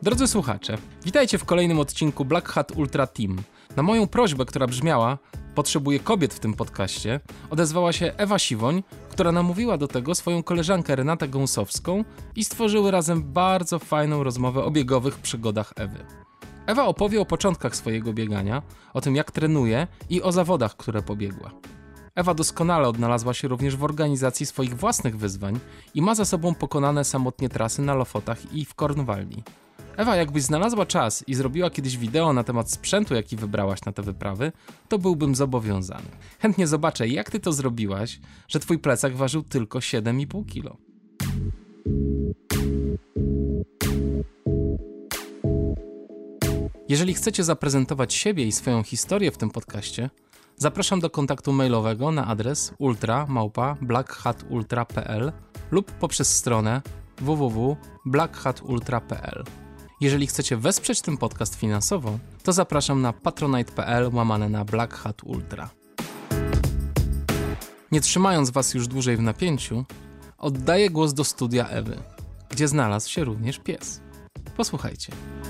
Drodzy słuchacze, witajcie w kolejnym odcinku Black Hat Ultra Team. Na moją prośbę, która brzmiała "Potrzebuję kobiet w tym podcaście", odezwała się Ewa Siwoń, która namówiła do tego swoją koleżankę Renatę Gąsowską i stworzyły razem bardzo fajną rozmowę o biegowych przygodach Ewy. Ewa opowie o początkach swojego biegania, o tym jak trenuje i o zawodach, które pobiegła. Ewa doskonale odnalazła się również w organizacji swoich własnych wyzwań i ma za sobą pokonane samotnie trasy na Lofotach i w Kornwalii. Ewa, jakbyś znalazła czas i zrobiła kiedyś wideo na temat sprzętu, jaki wybrałaś na te wyprawy, to byłbym zobowiązany. Chętnie zobaczę, jak ty to zrobiłaś, że twój plecak ważył tylko 7,5 kg. Jeżeli chcecie zaprezentować siebie i swoją historię w tym podcaście, zapraszam do kontaktu mailowego na adres ultra@blackhatultra.pl lub poprzez stronę www.blackhatultra.pl. Jeżeli chcecie wesprzeć ten podcast finansowo, to zapraszam na patronite.pl/Black Hat Ultra. Nie trzymając was już dłużej w napięciu, oddaję głos do studia Ewy, gdzie znalazł się również pies. Posłuchajcie.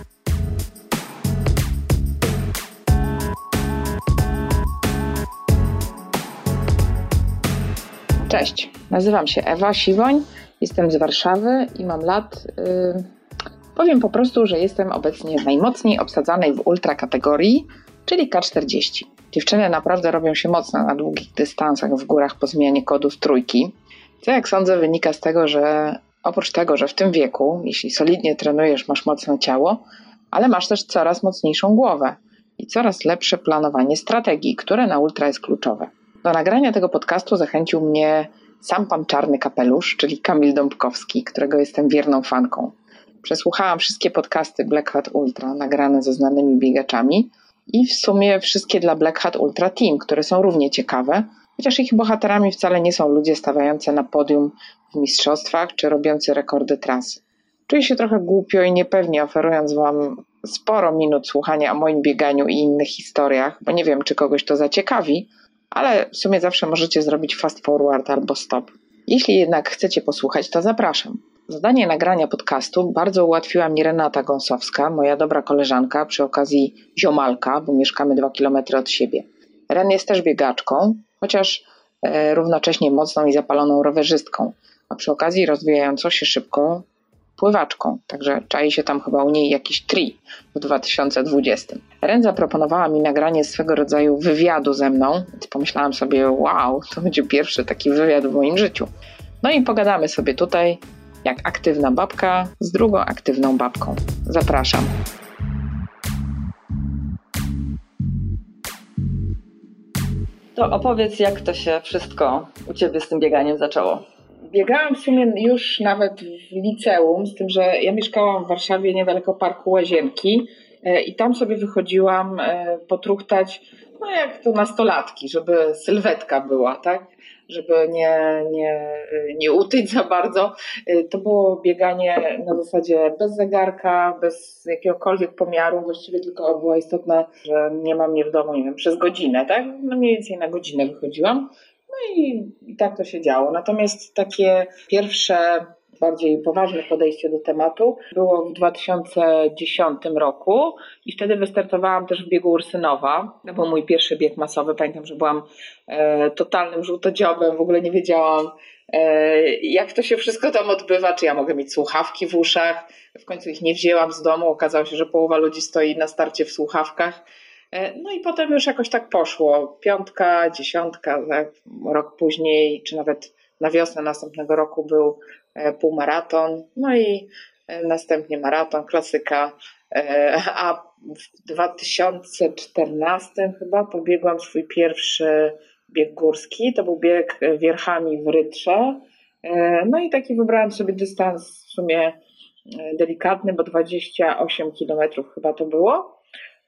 Cześć, nazywam się Ewa Siwoń, jestem z Warszawy i mam lat... Powiem po prostu, że jestem obecnie najmocniej obsadzanej w ultra kategorii, czyli K40. Dziewczyny naprawdę robią się mocno na długich dystansach w górach po zmianie kodu z trójki, co jak sądzę wynika z tego, że oprócz tego, że w tym wieku, jeśli solidnie trenujesz, masz mocne ciało, ale masz też coraz mocniejszą głowę i coraz lepsze planowanie strategii, które na ultra jest kluczowe. Do nagrania tego podcastu zachęcił mnie sam pan Czarny Kapelusz, czyli Kamil Dąbkowski, którego jestem wierną fanką. Przesłuchałam wszystkie podcasty Black Hat Ultra nagrane ze znanymi biegaczami i w sumie wszystkie dla Black Hat Ultra Team, które są równie ciekawe, chociaż ich bohaterami wcale nie są ludzie stawiający na podium w mistrzostwach czy robiący rekordy tras. Czuję się trochę głupio i niepewnie, oferując wam sporo minut słuchania o moim bieganiu i innych historiach, bo nie wiem, czy kogoś to zaciekawi, ale w sumie zawsze możecie zrobić fast forward albo stop. Jeśli jednak chcecie posłuchać, to zapraszam. Zadanie nagrania podcastu bardzo ułatwiła mi Renata Gąsowska, moja dobra koleżanka, przy okazji ziomalka, bo mieszkamy 2 km od siebie. Ren jest też biegaczką, chociaż równocześnie mocną i zapaloną rowerzystką, a przy okazji rozwijającą się szybko pływaczką, także czai się tam chyba u niej jakiś tri w 2020. Ren zaproponowała mi nagranie swego rodzaju wywiadu ze mną, więc pomyślałam sobie, wow, to będzie pierwszy taki wywiad w moim życiu. No i pogadamy sobie tutaj jak aktywna babka z drugą aktywną babką. Zapraszam. To opowiedz, jak to się wszystko u Ciebie z tym bieganiem zaczęło. Biegałam w sumie już nawet w liceum, z tym, że ja mieszkałam w Warszawie niedaleko Parku Łazienki i tam sobie wychodziłam potruchtać, no jak to nastolatki, żeby sylwetka była, tak? Żeby nie utyć za bardzo. To było bieganie na zasadzie bez zegarka, bez jakiegokolwiek pomiaru, właściwie tylko było istotne, że nie mam mnie w domu, nie wiem, przez godzinę, tak? No mniej więcej na godzinę wychodziłam. No i tak to się działo. Natomiast takie pierwsze, bardziej poważne podejście do tematu było w 2010 roku i wtedy wystartowałam też w biegu Ursynowa. To był mój pierwszy bieg masowy. Pamiętam, że byłam totalnym żółtodziobem, w ogóle nie wiedziałam, jak to się wszystko tam odbywa, czy ja mogę mieć słuchawki w uszach. W końcu ich nie wzięłam z domu, okazało się, że połowa ludzi stoi na starcie w słuchawkach. No i potem już jakoś tak poszło. 5., 10, tak? Rok później, czy nawet na wiosnę następnego roku był półmaraton, no i następnie maraton, klasyka. A w 2014 chyba pobiegłam swój pierwszy bieg górski. To był bieg wierchami w Rytrze. No i taki wybrałam sobie dystans w sumie delikatny, bo 28 km chyba to było.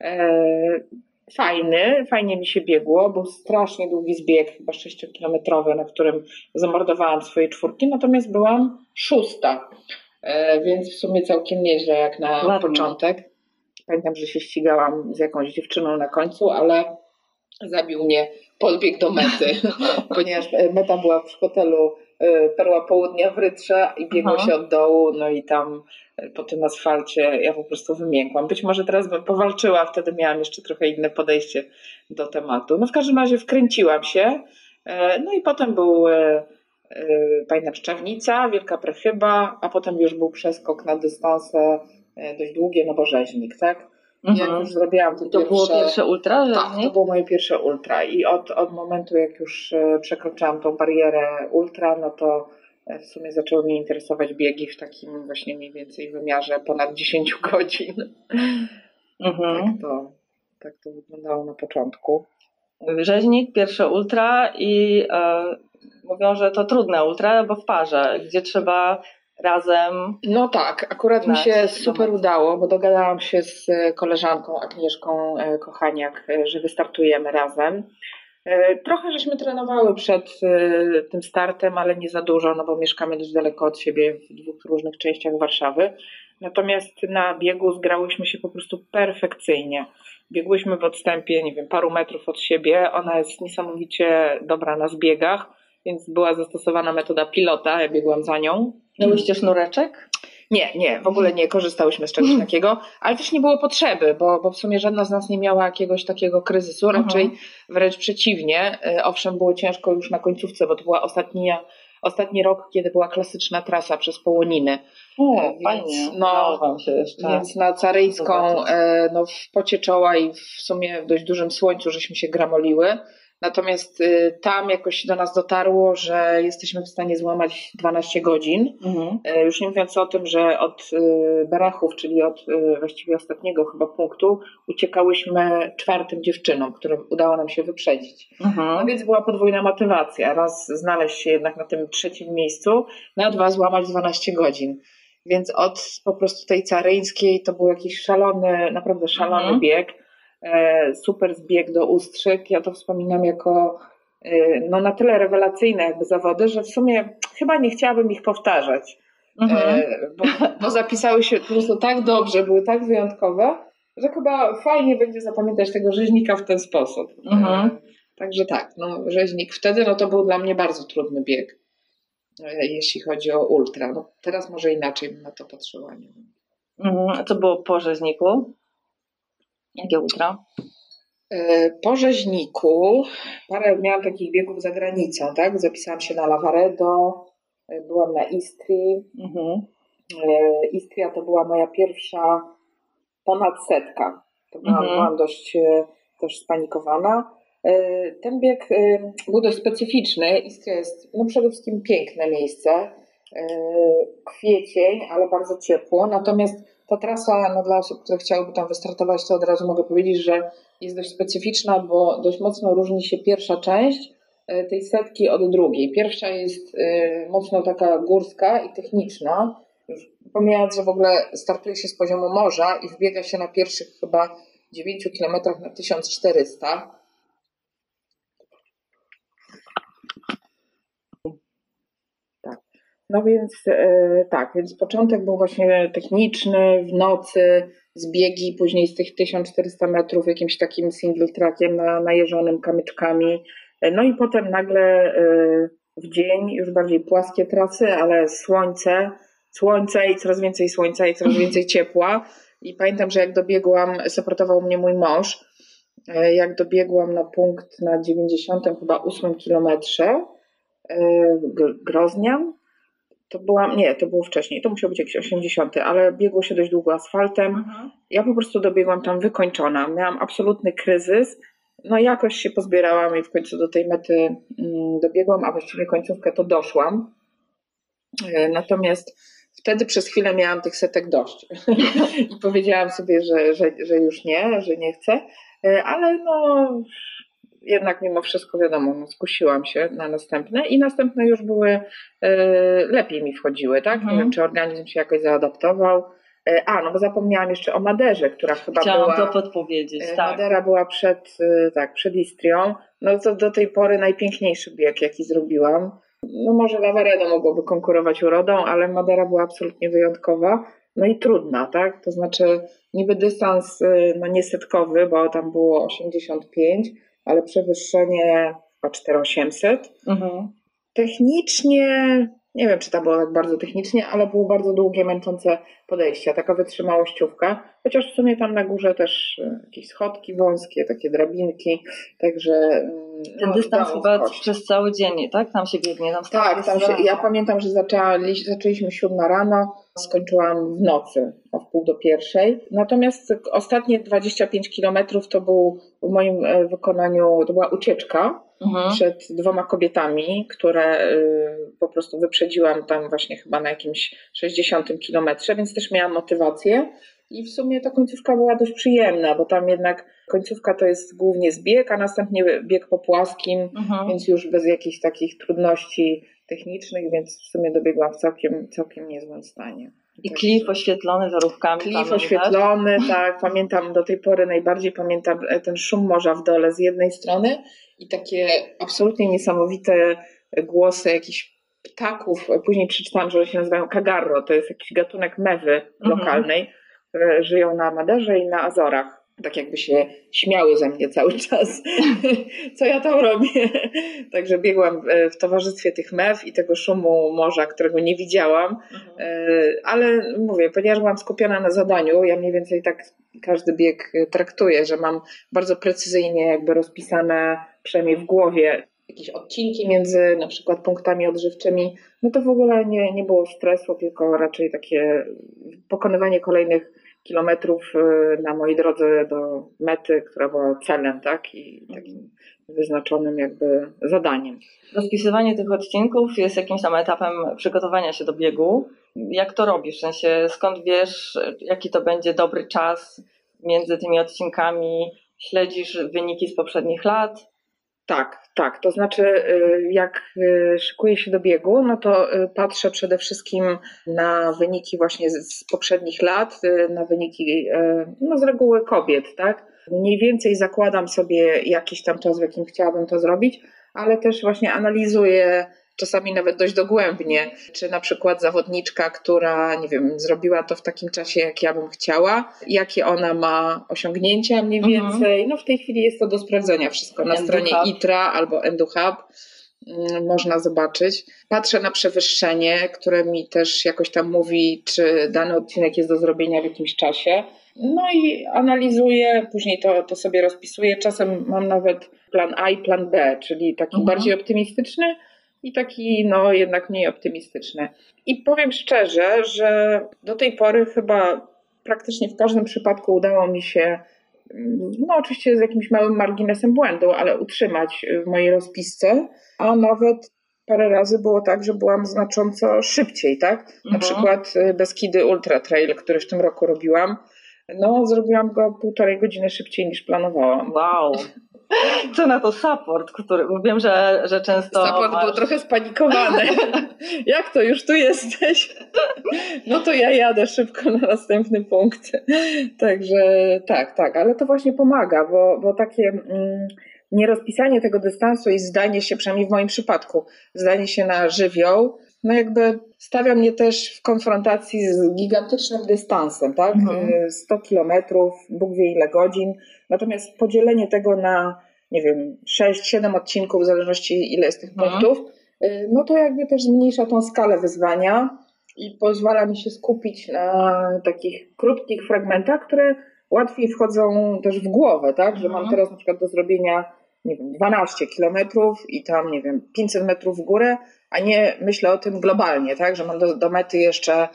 Fajnie mi się biegło, był strasznie długi zbieg, chyba 6-kilometrowy, na którym zamordowałam swoje 4, natomiast byłam 6, więc w sumie całkiem nieźle jak na początek. Pamiętam, że się ścigałam z jakąś dziewczyną na końcu, ale zabił mnie podbieg do mety, ponieważ meta była w hotelu Perła Południa w Rytrze i biegło się od dołu, no i tam po tym asfalcie ja po prostu wymiękłam. Być może teraz bym powalczyła, wtedy miałam jeszcze trochę inne podejście do tematu. No w każdym razie wkręciłam się, no i potem był pamiętam Szczawnica, Wielka Prechyba, a potem już był przeskok na dystanse dość długie, no bo Rzeźnik, tak? Jak już zrobiłam te To było pierwsze ultra? Tak, to było moje pierwsze ultra i od momentu jak już przekroczyłam tą barierę ultra, no to w sumie zaczęły mnie interesować biegi w takim właśnie mniej więcej wymiarze ponad 10 godzin. Tak to wyglądało na początku. Rzeźnik, pierwsze ultra i mówią, że to trudne ultra, bo w parze, gdzie trzeba razem... No tak, akurat mi się super udało, bo dogadałam się z koleżanką Agnieszką Kochaniak, że wystartujemy razem. Trochę żeśmy trenowały przed tym startem, ale nie za dużo, no bo mieszkamy dość daleko od siebie w 2 różnych częściach Warszawy. Natomiast na biegu zgrałyśmy się po prostu perfekcyjnie. Biegłyśmy w odstępie, nie wiem, paru metrów od siebie. Ona jest niesamowicie dobra na zbiegach, więc była zastosowana metoda pilota, ja biegłam za nią. Miałyście sznureczek? Nie, w ogóle nie korzystałyśmy z czegoś takiego, ale też nie było potrzeby, bo w sumie żadna z nas nie miała jakiegoś takiego kryzysu, raczej wręcz przeciwnie. Owszem, było ciężko już na końcówce, bo to była ostatni rok, kiedy była klasyczna trasa przez Połoniny. Fajnie, udało wam się jeszcze. Więc na Caryjską w pocie czoła i w sumie w dość dużym słońcu żeśmy się gramoliły. Natomiast tam jakoś do nas dotarło, że jesteśmy w stanie złamać 12 godzin. Już nie mówiąc o tym, że od Berachów, czyli od właściwie ostatniego chyba punktu, uciekałyśmy 4 dziewczynom, które udało nam się wyprzedzić. No więc była podwójna motywacja. Raz znaleźć się jednak na tym 3. miejscu, no a 2 złamać 12 godzin. Więc od po prostu tej caryńskiej to był jakiś szalony, naprawdę szalony bieg. Super zbieg do Ustrzyk. Ja to wspominam jako na tyle rewelacyjne jakby zawody, że w sumie chyba nie chciałabym ich powtarzać, bo zapisały się po prostu tak dobrze, były tak wyjątkowe, że chyba fajnie będzie zapamiętać tego Rzeźnika w ten sposób. Także tak, Rzeźnik wtedy to był dla mnie bardzo trudny bieg, jeśli chodzi o ultra. No, teraz może inaczej bym na to patrzyła. Nie wiem. A co było po Rzeźniku? Jakie ultra? Po Rzeźniku miałam takich biegów za granicą, tak? Zapisałam się na Lavaredo, byłam na Istrii. Istria to była moja pierwsza ponad 100. To byłam dość też spanikowana. Ten bieg był dość specyficzny. Istria jest przede wszystkim piękne miejsce. Kwiecień, ale bardzo ciepło. Natomiast ta trasa, dla osób, które chciałyby tam wystartować, to od razu mogę powiedzieć, że jest dość specyficzna, bo dość mocno różni się pierwsza część tej 100 od drugiej. Pierwsza jest mocno taka górska i techniczna. Już pomijając, że w ogóle startuje się z poziomu morza i wbiega się na pierwszych chyba 9 km na 1400. No więc więc początek był właśnie techniczny, w nocy, zbiegi, później z tych 1400 metrów jakimś takim single trackiem najeżonym kamyczkami. No i potem nagle w dzień już bardziej płaskie trasy, ale słońce i coraz więcej słońca i coraz więcej ciepła. I pamiętam, że jak dobiegłam, supportował mnie mój mąż, jak dobiegłam na punkt na 98 kilometrze Groznian, to było wcześniej, to musiał być jakiś 80, ale biegło się dość długo asfaltem. Ja po prostu dobiegłam tam wykończona. Miałam absolutny kryzys. No jakoś się pozbierałam i w końcu do tej mety dobiegłam, a właściwie końcówkę to doszłam. Natomiast wtedy przez chwilę miałam tych setek dość. I powiedziałam sobie, że już nie, że nie chcę. Ale jednak mimo wszystko wiadomo, skusiłam się na następne i następne już były, lepiej mi wchodziły, tak? Nie wiem, czy organizm się jakoś zaadaptował. Bo zapomniałam jeszcze o Maderze, która chyba Chciałam to podpowiedzieć, tak. Madera była przed Istrią. No to do tej pory najpiękniejszy bieg, jaki zrobiłam. No może Lavaredo mogłoby konkurować urodą, ale Madera była absolutnie wyjątkowa. No i trudna, tak? To znaczy niby dystans nie setkowy, bo tam było 85, ale przewyższenie chyba 4800. Technicznie, nie wiem, czy tam było tak bardzo technicznie, ale było bardzo długie, męczące podejście, taka wytrzymałościówka, chociaż w sumie tam na górze też jakieś schodki wąskie, takie drabinki, także... Ten dystans chyba przez cały dzień, tak? Tam się biegnie. Tak, ja pamiętam, że zaczęliśmy 7 rano, skończyłam w nocy, o 12:30. Natomiast ostatnie 25 kilometrów to był w moim wykonaniu, to była ucieczka przed 2 kobietami, które po prostu wyprzedziłam tam właśnie chyba na jakimś 60 kilometrze, więc też miałam motywację. I w sumie ta końcówka była dość przyjemna, bo tam jednak końcówka to jest głównie zbieg, a następnie bieg po płaskim, więc już bez jakichś takich trudności technicznych, więc w sumie dobiegłam w całkiem niezłym stanie. I klif oświetlony żarówkami. Klif oświetlony, tak. Pamiętam, do tej pory najbardziej pamiętam ten szum morza w dole z jednej strony i takie absolutnie niesamowite głosy jakichś ptaków. Później przeczytałam, że one się nazywają kagarro, to jest jakiś gatunek mewy lokalnej, które żyją na Maderze i na Azorach. Tak jakby się śmiały ze mnie cały czas, co ja tam robię. Także biegłam w towarzystwie tych mew i tego szumu morza, którego nie widziałam. Ale mówię, ponieważ byłam skupiona na zadaniu, ja mniej więcej tak każdy bieg traktuję, że mam bardzo precyzyjnie jakby rozpisane, przynajmniej w głowie, jakieś odcinki między na przykład punktami odżywczymi, no to w ogóle nie było stresu, tylko raczej takie pokonywanie kolejnych kilometrów na mojej drodze do mety, która była celem, tak? I takim wyznaczonym jakby zadaniem. Rozpisywanie tych odcinków jest jakimś tam etapem przygotowania się do biegu. Jak to robisz? W sensie, skąd wiesz, jaki to będzie dobry czas między tymi odcinkami? Śledzisz wyniki z poprzednich lat? Tak. To znaczy, jak szykuję się do biegu, no to patrzę przede wszystkim na wyniki właśnie z poprzednich lat, na wyniki no z reguły kobiet, tak? Mniej więcej zakładam sobie jakiś tam czas, w jakim chciałabym to zrobić, ale też właśnie analizuję czasami nawet dość dogłębnie, czy na przykład zawodniczka, która, nie wiem, zrobiła to w takim czasie, jak ja bym chciała, jakie ona ma osiągnięcia mniej więcej. No w tej chwili jest to do sprawdzenia wszystko na stronie ITRA albo EnduHub. Można zobaczyć. Patrzę na przewyższenie, które mi też jakoś tam mówi, czy dany odcinek jest do zrobienia w jakimś czasie. No i analizuję, później to sobie rozpisuję. Czasem mam nawet plan A i plan B, czyli taki bardziej optymistyczny i taki no jednak mniej optymistyczny. I powiem szczerze, że do tej pory chyba praktycznie w każdym przypadku udało mi się, no oczywiście z jakimś małym marginesem błędu, ale utrzymać w mojej rozpisce, a nawet parę razy było tak, że byłam znacząco szybciej, tak? Na przykład Beskidy Ultra Trail, który w tym roku robiłam, no zrobiłam go 1,5 godziny szybciej niż planowałam. Wow! Co na to support, bo wiem, że często... Support był trochę spanikowany. Jak to, już tu jesteś? No to ja jadę szybko na następny punkt. Także tak, ale to właśnie pomaga, bo takie nierozpisanie tego dystansu i zdanie się, przynajmniej w moim przypadku, zdanie się na żywioł, no jakby stawia mnie też w konfrontacji z gigantycznym dystansem, tak? 100 kilometrów, Bóg wie ile godzin. Natomiast podzielenie tego na, nie wiem, 6-7 odcinków, w zależności ile jest tych punktów, no to jakby też zmniejsza tą skalę wyzwania i pozwala mi się skupić na takich krótkich fragmentach, które łatwiej wchodzą też w głowę, tak? Że mam teraz na przykład do zrobienia, nie wiem, 12 kilometrów i tam, nie wiem, 500 metrów w górę, a nie myślę o tym globalnie, tak? Że mam do mety jeszcze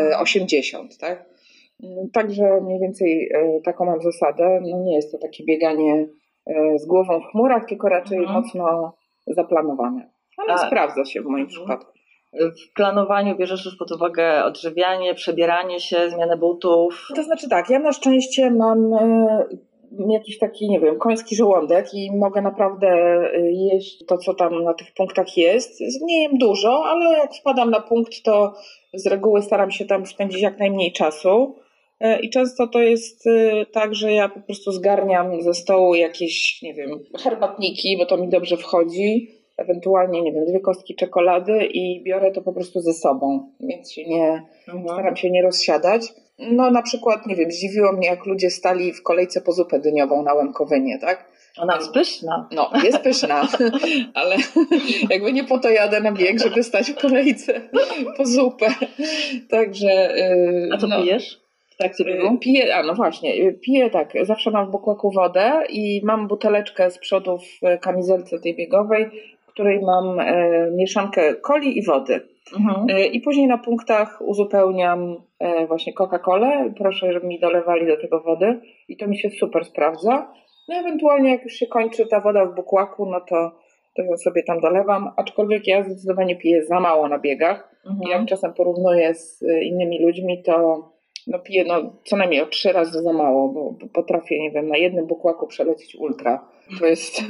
80, tak? Także mniej więcej taką mam zasadę. No nie jest to takie bieganie z głową w chmurach, tylko raczej mocno zaplanowane. Ale sprawdza się w moim przypadku. W planowaniu bierzesz już pod uwagę odżywianie, przebieranie się, zmianę butów? To znaczy tak, ja na szczęście mam jakiś taki, nie wiem, koński żołądek i mogę naprawdę jeść to, co tam na tych punktach jest. Nie jem dużo, ale jak wpadam na punkt, to z reguły staram się tam spędzić jak najmniej czasu. I często to jest tak, że ja po prostu zgarniam ze stołu jakieś, nie wiem, herbatniki, bo to mi dobrze wchodzi, ewentualnie, nie wiem, 2 kostki czekolady i biorę to po prostu ze sobą, więc staram się nie rozsiadać. No na przykład, nie wiem, zdziwiło mnie, jak ludzie stali w kolejce po zupę dyniową na Łemkowynie, tak? Ona jest pyszna. No, jest pyszna, ale jakby nie po to jadę na bieg, żeby stać w kolejce po zupę. Także... A co pijesz w trakcie biegu? Piję, no właśnie, piję tak, zawsze mam w bukłaku wodę i mam buteleczkę z przodu w kamizelce tej biegowej, w której mam mieszankę coli i wody. I później na punktach uzupełniam właśnie Coca-Colę. Proszę, żeby mi dolewali do tego wody i to mi się super sprawdza. No ewentualnie jak już się kończy ta woda w bukłaku, no to ją sobie tam dolewam, aczkolwiek ja zdecydowanie piję za mało na biegach. Jak czasem porównuję z innymi ludźmi, to piję co najmniej o 3 razy za mało, bo potrafię, nie wiem, na jednym bukłaku przelecieć ultra. To jest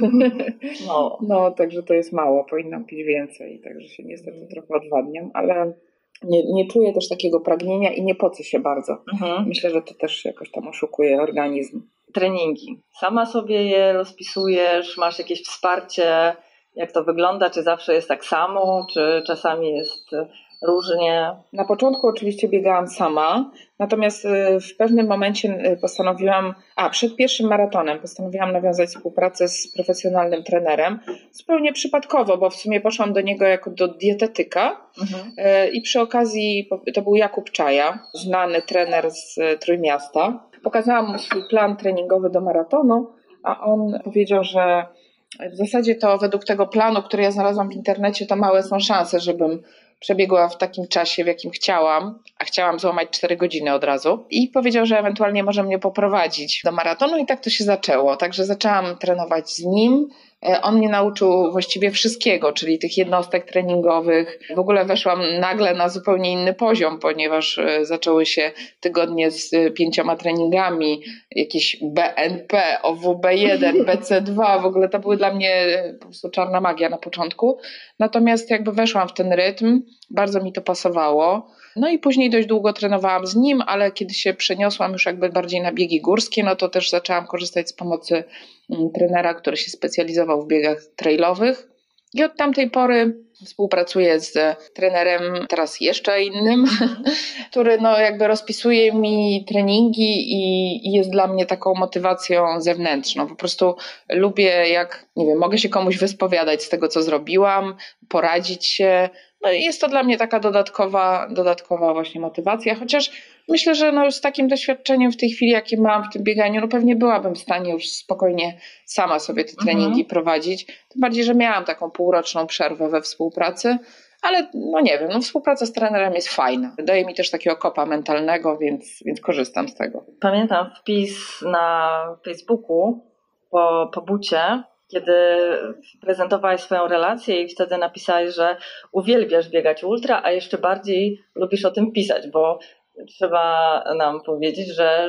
także to jest mało, powinnam pić więcej, także się niestety trochę odwadniam, ale nie czuję też takiego pragnienia i nie pocę się bardzo. Myślę, że to też jakoś tam oszukuje organizm. Treningi. Sama sobie je rozpisujesz, masz jakieś wsparcie, jak to wygląda, czy zawsze jest tak samo, czy czasami jest różnie? Na początku oczywiście biegałam sama, natomiast w pewnym momencie przed pierwszym maratonem postanowiłam nawiązać współpracę z profesjonalnym trenerem, zupełnie przypadkowo, bo w sumie poszłam do niego jako do dietetyka i przy okazji to był Jakub Czaja, znany trener z Trójmiasta. Pokazałam mu swój plan treningowy do maratonu, a on powiedział, że w zasadzie to według tego planu, który ja znalazłam w internecie, to małe są szanse, żebym przebiegła w takim czasie, w jakim chciałam, a chciałam złamać 4 godziny od razu. I powiedział, że ewentualnie może mnie poprowadzić do maratonu i tak to się zaczęło. Także zaczęłam trenować z nim. On mnie nauczył właściwie wszystkiego, czyli tych jednostek treningowych. W ogóle weszłam nagle na zupełnie inny poziom, ponieważ zaczęły się tygodnie z 5 treningami, jakieś BNP, OWB1, BC2, w ogóle to były dla mnie po prostu czarna magia na początku. Natomiast jakby weszłam w ten rytm, bardzo mi to pasowało. No i później dość długo trenowałam z nim, ale kiedy się przeniosłam już jakby bardziej na biegi górskie, no to też zaczęłam korzystać z pomocy trenera, który się specjalizował w biegach trailowych. I od tamtej pory współpracuję z trenerem, teraz jeszcze innym, który jakby rozpisuje mi treningi i jest dla mnie taką motywacją zewnętrzną. Po prostu lubię, jak, nie wiem, mogę się komuś wyspowiadać z tego, co zrobiłam, poradzić się. No i jest to dla mnie taka dodatkowa właśnie motywacja, chociaż myślę, że z takim doświadczeniem w tej chwili, jakie mam w tym bieganiu, pewnie byłabym w stanie już spokojnie sama sobie te treningi prowadzić. Tym bardziej, że miałam taką półroczną przerwę we współpracy, ale nie wiem, współpraca z trenerem jest fajna. Daje mi też takiego kopa mentalnego, więc korzystam z tego. Pamiętam wpis na Facebooku po bucie, kiedy prezentowałeś swoją relację i wtedy napisałeś, że uwielbiasz biegać ultra, a jeszcze bardziej lubisz o tym pisać, bo trzeba nam powiedzieć,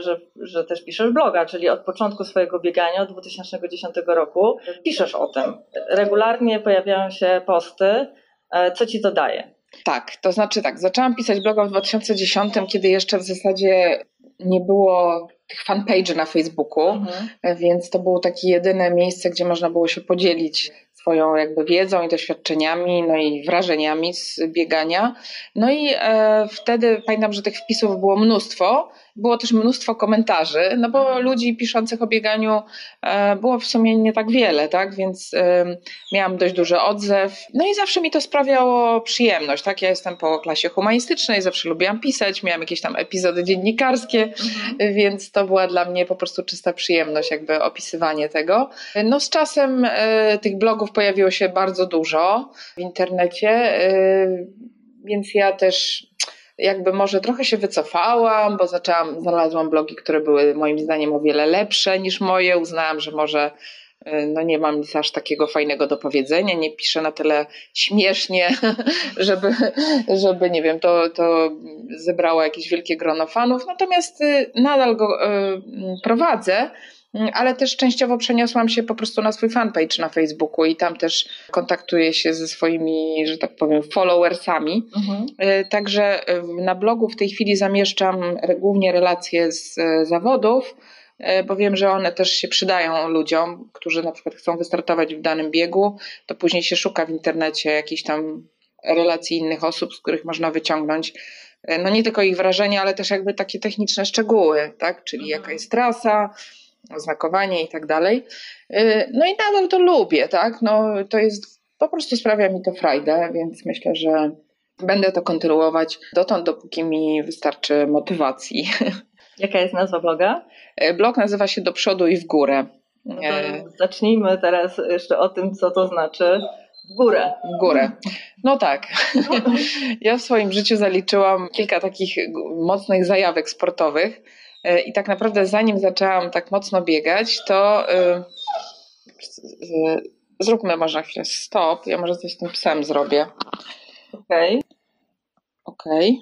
że też piszesz bloga, czyli od początku swojego biegania, od 2010 roku, piszesz o tym. Regularnie pojawiają się posty. Co ci to daje? Tak, to znaczy zaczęłam pisać bloga w 2010, kiedy jeszcze w zasadzie nie było tych fanpage'y na Facebooku, więc to było takie jedyne miejsce, gdzie można było się podzielić swoją jakby wiedzą i doświadczeniami, i wrażeniami z biegania. No i wtedy pamiętam, że tych wpisów było mnóstwo. Było też mnóstwo komentarzy, bo ludzi piszących o bieganiu było w sumie nie tak wiele, tak? Więc miałam dość duży odzew. No i zawsze mi to sprawiało przyjemność, tak? Ja jestem po klasie humanistycznej, zawsze lubiłam pisać, miałam jakieś tam epizody dziennikarskie, więc to była dla mnie po prostu czysta przyjemność, jakby opisywanie tego. Z czasem tych blogów pojawiło się bardzo dużo w internecie, więc ja też jakby może trochę się wycofałam, bo znalazłam blogi, które były moim zdaniem o wiele lepsze niż moje. Uznałam, że może nie mam nic aż takiego fajnego do powiedzenia, nie piszę na tyle śmiesznie, żeby nie wiem, to zebrało jakieś wielkie grono fanów. Natomiast nadal go prowadzę, ale też częściowo przeniosłam się po prostu na swój fanpage na Facebooku i tam też kontaktuję się ze swoimi, że tak powiem, followersami. Także na blogu w tej chwili zamieszczam głównie relacje z zawodów, bo wiem, że one też się przydają ludziom, którzy na przykład chcą wystartować w danym biegu, to później się szuka w internecie jakichś tam relacji innych osób, z których można wyciągnąć nie tylko ich wrażenia, ale też jakby takie techniczne szczegóły, tak? Czyli jaka jest trasa, oznakowanie i tak dalej. No i nadal to lubię, tak? No to jest, po prostu sprawia mi to frajdę, więc myślę, że będę to kontynuować dotąd, dopóki mi wystarczy motywacji. Jaka jest nazwa bloga? Blog nazywa się Do przodu i w górę. No to zacznijmy teraz jeszcze o tym, co to znaczy w górę. W górę. No tak. Ja w swoim życiu zaliczyłam kilka takich mocnych zajawek sportowych i tak naprawdę zanim zaczęłam tak mocno biegać, to zróbmy może na chwilę stop. Ja może coś z tym psem zrobię. Okej.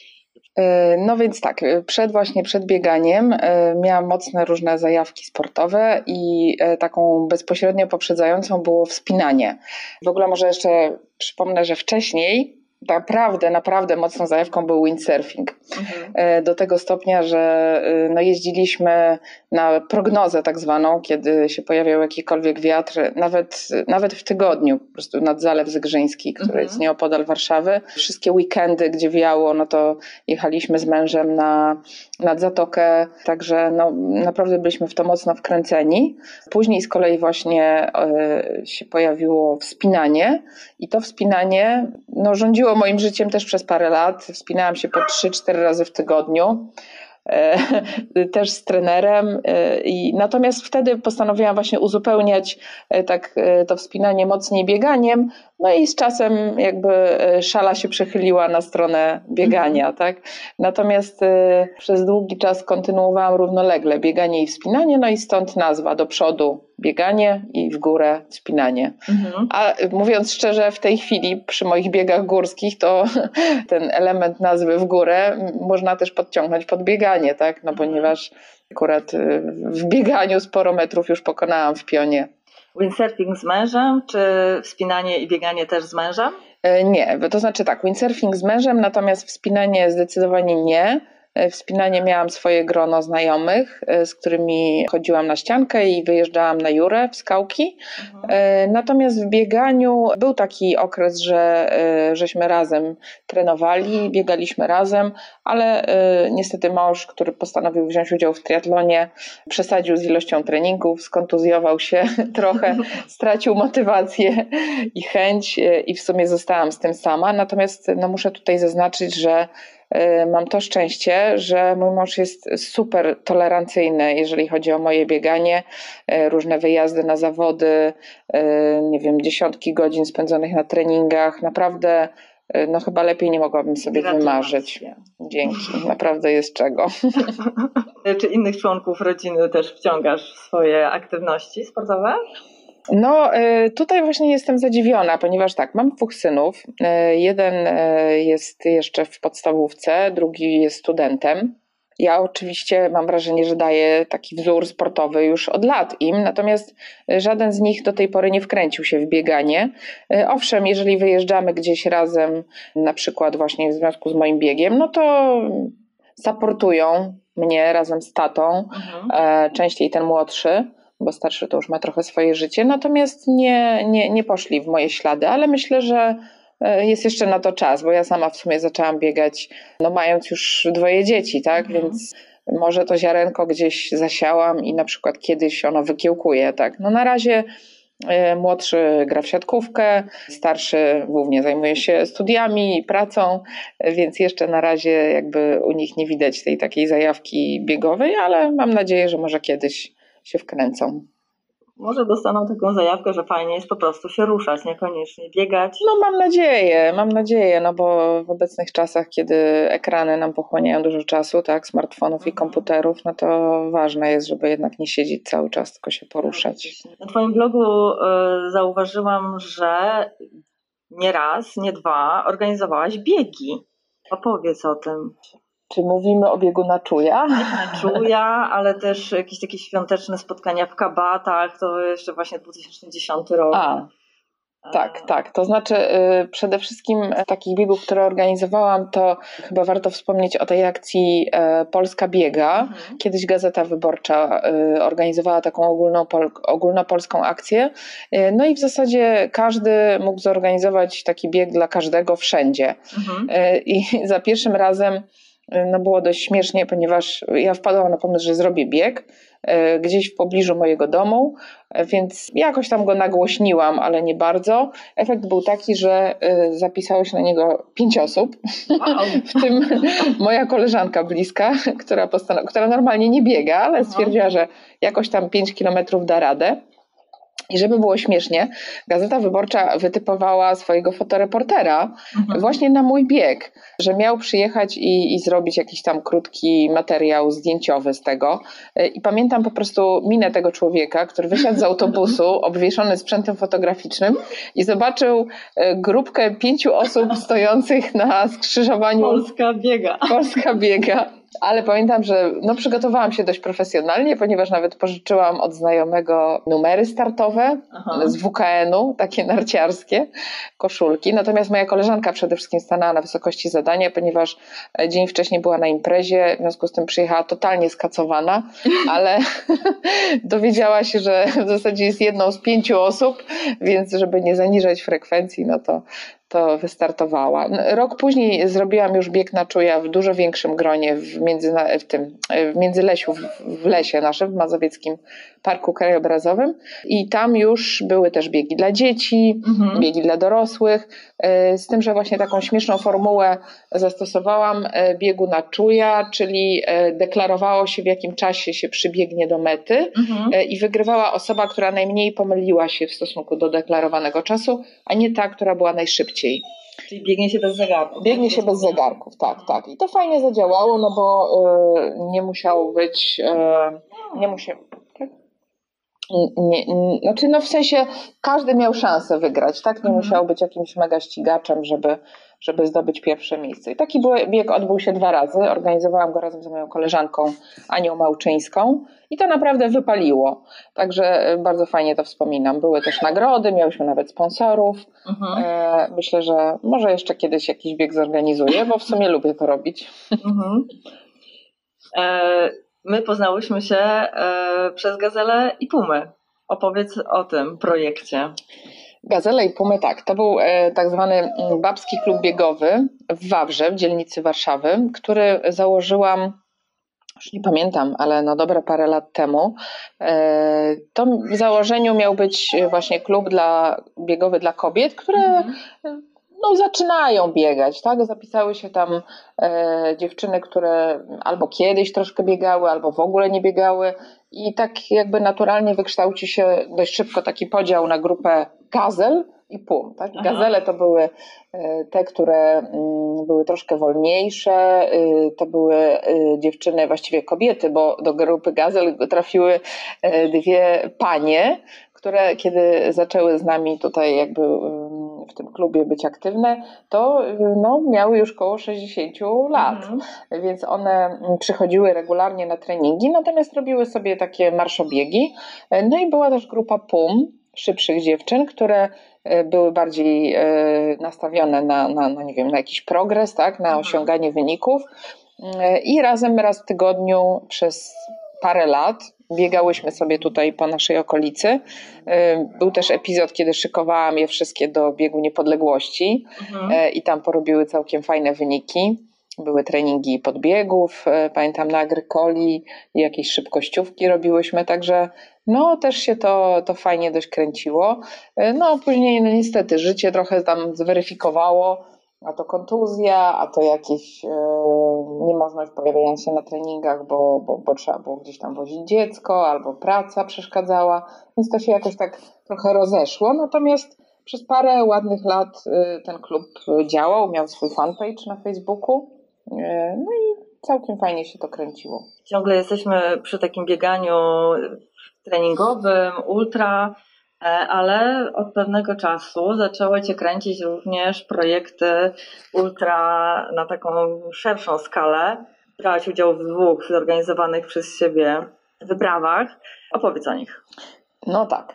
No więc tak, przed bieganiem miałam mocne różne zajawki sportowe i taką bezpośrednio poprzedzającą było wspinanie. W ogóle może jeszcze przypomnę, że wcześniej naprawdę mocną zajawką był windsurfing. Do tego stopnia, że no jeździliśmy na prognozę tak zwaną, kiedy się pojawiał jakikolwiek wiatr, nawet w tygodniu, po prostu nad Zalew Zygrzyński, który jest nieopodal Warszawy. Wszystkie weekendy, gdzie wiało, no to jechaliśmy z mężem nad zatokę, także no naprawdę byliśmy w to mocno wkręceni. Później z kolei właśnie się pojawiło wspinanie i to wspinanie no rządziło moim życiem też przez parę lat. Wspinałam się po 3-4 razy w tygodniu. Też z trenerem. Natomiast wtedy postanowiłam właśnie uzupełniać to wspinanie mocniej bieganiem. No i z czasem jakby szala się przechyliła na stronę biegania, tak? Natomiast przez długi czas kontynuowałam równolegle bieganie i wspinanie, no i stąd nazwa Do przodu bieganie i w górę wspinanie. A mówiąc szczerze, w tej chwili przy moich biegach górskich to ten element nazwy w górę można też podciągnąć pod bieganie, tak? No ponieważ akurat w bieganiu sporo metrów już pokonałam w pionie. Windsurfing z mężem, czy wspinanie i bieganie też z mężem? Nie, to znaczy tak, windsurfing z mężem, natomiast wspinanie zdecydowanie nie. Wspinanie miałam swoje grono znajomych, z którymi chodziłam na ściankę i wyjeżdżałam na Jurę w skałki. Natomiast w bieganiu był taki okres, żeśmy razem trenowali, biegaliśmy razem, ale niestety mąż, który postanowił wziąć udział w triatlonie, przesadził z ilością treningów, skontuzjował się trochę, stracił motywację i chęć i w sumie zostałam z tym sama. Natomiast no, muszę tutaj zaznaczyć, że mam to szczęście, że mój mąż jest super tolerancyjny, jeżeli chodzi o moje bieganie, różne wyjazdy na zawody, nie wiem, dziesiątki godzin spędzonych na treningach. Naprawdę, no chyba lepiej nie mogłabym sobie wymarzyć. Dzięki, naprawdę jest czego. Czy innych członków rodziny też wciągasz w swoje aktywności sportowe? No tutaj właśnie jestem zadziwiona, ponieważ tak, mam 2 synów. Jeden jest jeszcze w podstawówce, drugi jest studentem. Ja oczywiście mam wrażenie, że daję taki wzór sportowy już od lat im, natomiast żaden z nich do tej pory nie wkręcił się w bieganie. Owszem, jeżeli wyjeżdżamy gdzieś razem, na przykład właśnie w związku z moim biegiem, no to supportują mnie razem z tatą, częściej ten młodszy, bo starszy to już ma trochę swoje życie, natomiast nie poszli w moje ślady, ale myślę, że jest jeszcze na to czas, bo ja sama w sumie zaczęłam biegać, no mając już 2 dzieci, tak, więc może to ziarenko gdzieś zasiałam i na przykład kiedyś ono wykiełkuje, tak. No na razie młodszy gra w siatkówkę, starszy głównie zajmuje się studiami i pracą, więc jeszcze na razie jakby u nich nie widać tej takiej zajawki biegowej, ale mam nadzieję, że może kiedyś się wkręcą. Może dostaną taką zajawkę, że fajnie jest po prostu się ruszać, niekoniecznie biegać. No mam nadzieję, no bo w obecnych czasach, kiedy ekrany nam pochłaniają dużo czasu, tak, smartfonów i komputerów, no to ważne jest, żeby jednak nie siedzieć cały czas, tylko się poruszać. Na Twoim blogu zauważyłam, że nie raz, nie 2 organizowałaś biegi. Opowiedz o tym. Czy mówimy o biegu na czuja? Na czuja, ale też jakieś takie świąteczne spotkania w kabatach, to jeszcze właśnie 2010 rok. Tak. To znaczy przede wszystkim takich biegów, które organizowałam, to chyba warto wspomnieć o tej akcji Polska biega. Kiedyś Gazeta Wyborcza organizowała taką ogólnopolską akcję. No i w zasadzie każdy mógł zorganizować taki bieg dla każdego wszędzie. I za pierwszym razem no było dość śmiesznie, ponieważ ja wpadłam na pomysł, że zrobię bieg gdzieś w pobliżu mojego domu, więc jakoś tam go nagłośniłam, ale nie bardzo. Efekt był taki, że zapisało się na niego 5 osób, Wow. w tym moja koleżanka bliska, która normalnie nie biega, ale stwierdziła, że jakoś tam 5 kilometrów da radę. I żeby było śmiesznie, Gazeta Wyborcza wytypowała swojego fotoreportera właśnie na mój bieg, że miał przyjechać i zrobić jakiś tam krótki materiał zdjęciowy z tego. I pamiętam po prostu minę tego człowieka, który wysiadł z autobusu obwieszony sprzętem fotograficznym i zobaczył grupkę 5 osób stojących na skrzyżowaniu. Polska biega. Ale pamiętam, że przygotowałam się dość profesjonalnie, ponieważ nawet pożyczyłam od znajomego numery startowe z WKN-u, takie narciarskie, koszulki. Natomiast moja koleżanka przede wszystkim stanęła na wysokości zadania, ponieważ dzień wcześniej była na imprezie, w związku z tym przyjechała totalnie skacowana, ale dowiedziała się, że w zasadzie jest jedną z 5 osób, więc żeby nie zaniżać frekwencji, to wystartowała. Rok później zrobiłam już bieg na czuja w dużo większym gronie w Międzylesiu, w lesie naszym, w Mazowieckim Parku Krajobrazowym i tam już były też biegi dla dzieci, biegi dla dorosłych, z tym, że właśnie taką śmieszną formułę zastosowałam biegu na czuja, czyli deklarowało się, w jakim czasie się przybiegnie do mety i wygrywała osoba, która najmniej pomyliła się w stosunku do deklarowanego czasu, a nie ta, która była najszybciej. Czyli biegnie się bez zegarków. Biegnie się bez zegarków, tak. I to fajnie zadziałało, no bo nie musiało być, znaczy w sensie każdy miał szansę wygrać, tak? Nie musiał być jakimś mega ścigaczem, żeby zdobyć pierwsze miejsce. I taki bieg odbył się 2 razy. Organizowałam go razem z moją koleżanką Anią Małczyńską i to naprawdę wypaliło. Także bardzo fajnie to wspominam. Były też nagrody, miałyśmy nawet sponsorów. Myślę, że może jeszcze kiedyś jakiś bieg zorganizuję, bo w sumie lubię to robić. My poznałyśmy się przez Gazelę i Pumy. Opowiedz o tym projekcie. Gazele i Pumy, tak. To był tak zwany babski klub biegowy w Wawrze, w dzielnicy Warszawy, który założyłam, już nie pamiętam, ale dobre parę lat temu. To w założeniu miał być właśnie klub biegowy dla kobiet, które zaczynają biegać, tak? Zapisały się tam dziewczyny, które albo kiedyś troszkę biegały, albo w ogóle nie biegały i tak jakby naturalnie wykształci się dość szybko taki podział na grupę gazel i pum. Tak? Gazele to były te, które były troszkę wolniejsze, to były dziewczyny, właściwie kobiety, bo do grupy gazel trafiły 2 panie, które kiedy zaczęły z nami tutaj jakby w tym klubie być aktywne, to miały już koło 60 lat, więc one przychodziły regularnie na treningi, natomiast robiły sobie takie marszobiegi. No i była też grupa PUM, szybszych dziewczyn, które były bardziej nastawione na jakiś progres, tak, na osiąganie wyników i razem raz w tygodniu przez parę lat biegałyśmy sobie tutaj po naszej okolicy. Był też epizod, kiedy szykowałam je wszystkie do biegu niepodległości i tam porobiły całkiem fajne wyniki. Były treningi podbiegów, pamiętam na Agrykoli i jakieś szybkościówki robiłyśmy, także też się to fajnie dość kręciło. Później niestety życie trochę tam zweryfikowało, a to kontuzja, a to jakieś niemożność pojawienia się na treningach, bo trzeba było gdzieś tam wozić dziecko, albo praca przeszkadzała, więc to się jakoś tak trochę rozeszło. Natomiast przez parę ładnych lat ten klub działał, miał swój fanpage na Facebooku, i całkiem fajnie się to kręciło. Ciągle jesteśmy przy takim bieganiu treningowym, ultra, ale od pewnego czasu zaczęły Cię kręcić również projekty ultra na taką szerszą skalę. Brałaś udział w 2 zorganizowanych przez siebie wyprawach. Opowiedz o nich. No tak.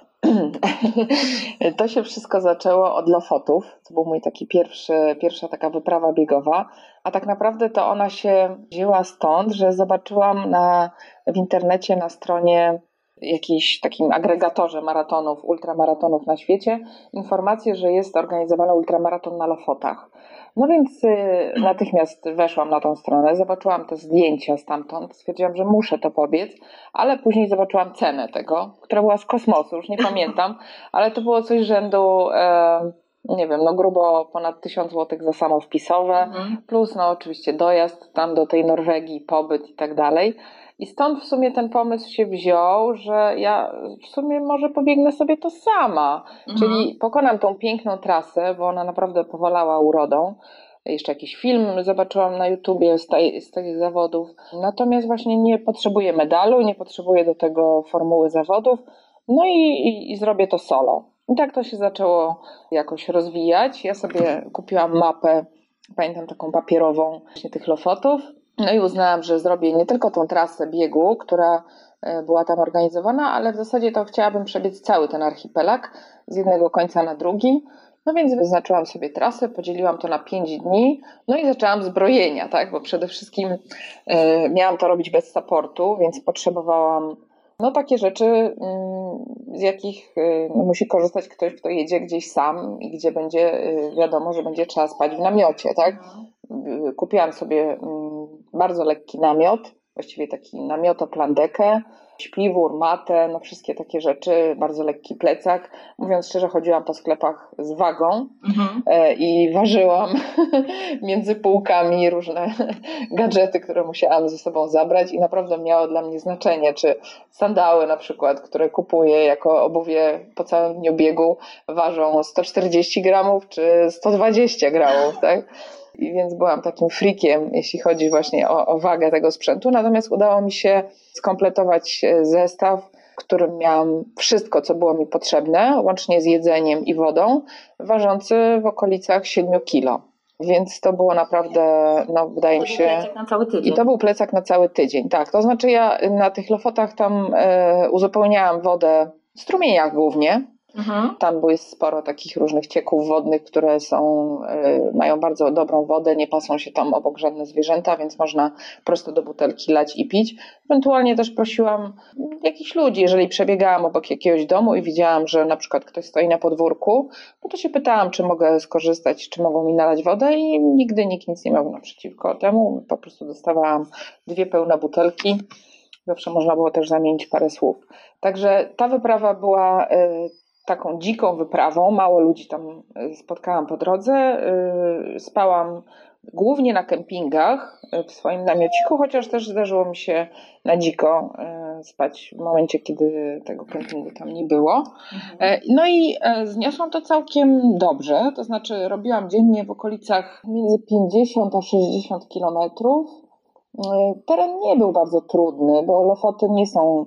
To się wszystko zaczęło od Lofotów. To był mój taki pierwsza taka wyprawa biegowa, a tak naprawdę to ona się wzięła stąd, że zobaczyłam w internecie na stronie jakimś takim agregatorze maratonów, ultramaratonów na świecie informację, że jest organizowany ultramaraton na Lofotach. No więc natychmiast weszłam na tą stronę, zobaczyłam te zdjęcia stamtąd, stwierdziłam, że muszę to pobiec, ale później zobaczyłam cenę tego, która była z kosmosu, już nie pamiętam, ale to było coś rzędu, nie wiem, no grubo ponad 1000 zł za samo wpisowe, plus no oczywiście dojazd tam do tej Norwegii, pobyt i tak dalej. I stąd w sumie ten pomysł się wziął, że ja w sumie może pobiegnę sobie to sama, czyli pokonam tą piękną trasę, bo ona naprawdę powalała urodą. Jeszcze jakiś film zobaczyłam na YouTubie z tych zawodów. Natomiast właśnie nie potrzebuję medalu, nie potrzebuję do tego formuły zawodów. No i zrobię to solo. I tak to się zaczęło jakoś rozwijać. Ja sobie kupiłam mapę, pamiętam taką papierową, właśnie tych Lofotów. No i uznałam, że zrobię nie tylko tą trasę biegu, która była tam organizowana, ale w zasadzie to chciałabym przebiec cały ten archipelag z jednego końca na drugi. No więc wyznaczyłam sobie trasę, podzieliłam to na 5 dni, no i zaczęłam zbrojenia, tak, bo przede wszystkim miałam to robić bez supportu, więc potrzebowałam no takie rzeczy, z jakich musi korzystać ktoś, kto jedzie gdzieś sam i gdzie będzie wiadomo, że będzie trzeba spać w namiocie, tak. Kupiłam sobie bardzo lekki namiot, właściwie taki namiotoplandekę, śpiwór, matę, no wszystkie takie rzeczy, bardzo lekki plecak. Mówiąc szczerze, chodziłam po sklepach z wagą i ważyłam między półkami różne gadżety, które musiałam ze sobą zabrać i naprawdę miało dla mnie znaczenie, czy sandały na przykład, które kupuję jako obuwie po całym dniu biegu, ważą 140 gramów czy 120 gramów, tak? I więc byłam takim freakiem, jeśli chodzi właśnie o wagę tego sprzętu. Natomiast udało mi się skompletować zestaw, w którym miałam wszystko, co było mi potrzebne, łącznie z jedzeniem i wodą, ważący w okolicach 7 kilo. Więc to było naprawdę, no wydaje mi się... Plecak na cały tydzień. I to był plecak na cały tydzień, tak. To znaczy ja na tych Lofotach tam uzupełniałam wodę w strumieniach głównie. Tam jest sporo takich różnych cieków wodnych, które mają bardzo dobrą wodę, nie pasą się tam obok żadne zwierzęta, więc można prosto do butelki lać i pić. Ewentualnie też prosiłam jakichś ludzi, jeżeli przebiegałam obok jakiegoś domu i widziałam, że na przykład ktoś stoi na podwórku, no to się pytałam, czy mogę skorzystać, czy mogą mi nalać wodę i nigdy nikt nic nie miał naprzeciwko temu. Po prostu dostawałam 2 pełne butelki. Zawsze można było też zamienić parę słów. Także ta wyprawa była taką dziką wyprawą, mało ludzi tam spotkałam po drodze, spałam głównie na kempingach w swoim namiociku, chociaż też zdarzyło mi się na dziko spać w momencie, kiedy tego kempingu tam nie było. No i zniosłam to całkiem dobrze, to znaczy robiłam dziennie w okolicach między 50 a 60 kilometrów. Teren nie był bardzo trudny, bo Lofoty nie są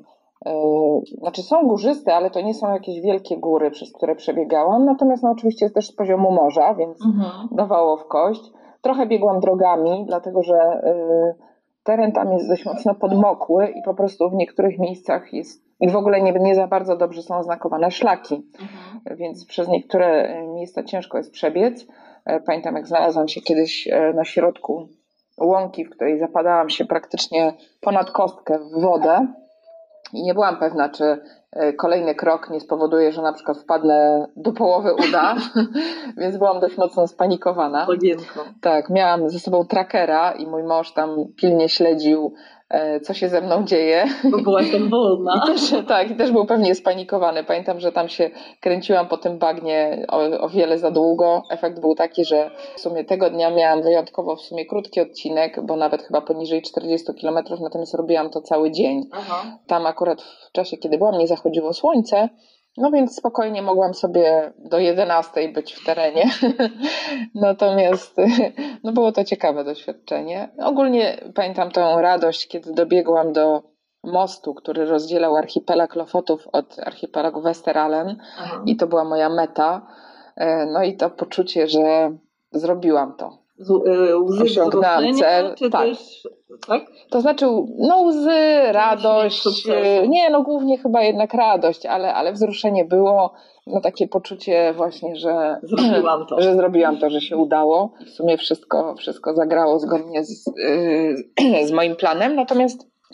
są górzyste, ale to nie są jakieś wielkie góry, przez które przebiegałam. Natomiast no, oczywiście jest też z poziomu morza, więc dawało w kość. Trochę biegłam drogami, dlatego że teren tam jest dość mocno podmokły i po prostu w niektórych miejscach jest i w ogóle nie za bardzo dobrze są oznakowane szlaki. Więc przez niektóre miejsca ciężko jest przebiec. Pamiętam, jak znalazłam się kiedyś na środku łąki, w której zapadałam się praktycznie ponad kostkę w wodę. I nie byłam pewna, czy kolejny krok nie spowoduje, że na przykład wpadnę do połowy uda, więc byłam dość mocno spanikowana. Tak, miałam ze sobą trackera i mój mąż tam pilnie śledził, co się ze mną dzieje. Bo byłaś tam wolna. I też był pewnie spanikowany. Pamiętam, że tam się kręciłam po tym bagnie o wiele za długo. Efekt był taki, że w sumie tego dnia miałam wyjątkowo krótki odcinek, bo nawet chyba poniżej 40 km, natomiast robiłam to cały dzień. Tam akurat w czasie, kiedy byłam, nie zachodziło słońce, no więc spokojnie mogłam sobie do 11 być w terenie. Natomiast no było to ciekawe doświadczenie. Ogólnie pamiętam tę radość, kiedy dobiegłam do mostu, który rozdzielał archipelag Lofotów od archipelagu Westeralen i to była moja meta. No i to poczucie, że zrobiłam to. Osiągnęłam cel. Czy tak. też, tak? To znaczy, no łzy, radość, głównie chyba jednak radość, ale wzruszenie było, no takie poczucie właśnie, że zrobiłam to, że się udało. W sumie wszystko zagrało zgodnie z moim planem, natomiast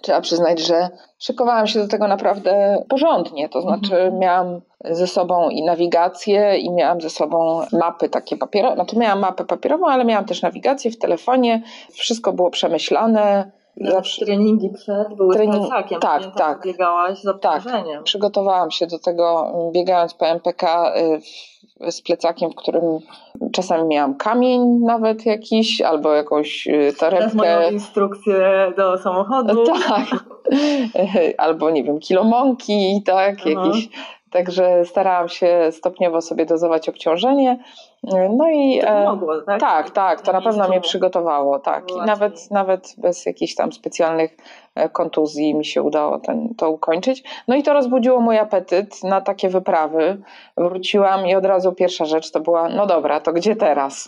trzeba przyznać, że szykowałam się do tego naprawdę porządnie. To znaczy miałam ze sobą i nawigację i miałam ze sobą mapy takie papierowe. Znaczy miałam mapę papierową, ale miałam też nawigację w telefonie. Wszystko było przemyślane. Zawsze treningi przed były z plecakiem. Tak. Biegałaś z obciążeniem. Tak, przygotowałam się do tego, biegając po MPK z plecakiem, w którym czasami miałam kamień nawet jakiś, albo jakąś torebkę. Teraz moją instrukcję do samochodu. Tak, albo nie wiem, kilo mąki, tak, jakieś. Także starałam się stopniowo sobie dozować obciążenie. No i pomogło, tak? Tak, to na pewno mnie przygotowało, tak. I nawet bez jakichś tam specjalnych kontuzji mi się udało to ukończyć. No i to rozbudziło mój apetyt na takie wyprawy. Wróciłam i od razu pierwsza rzecz to była, no dobra, to gdzie teraz?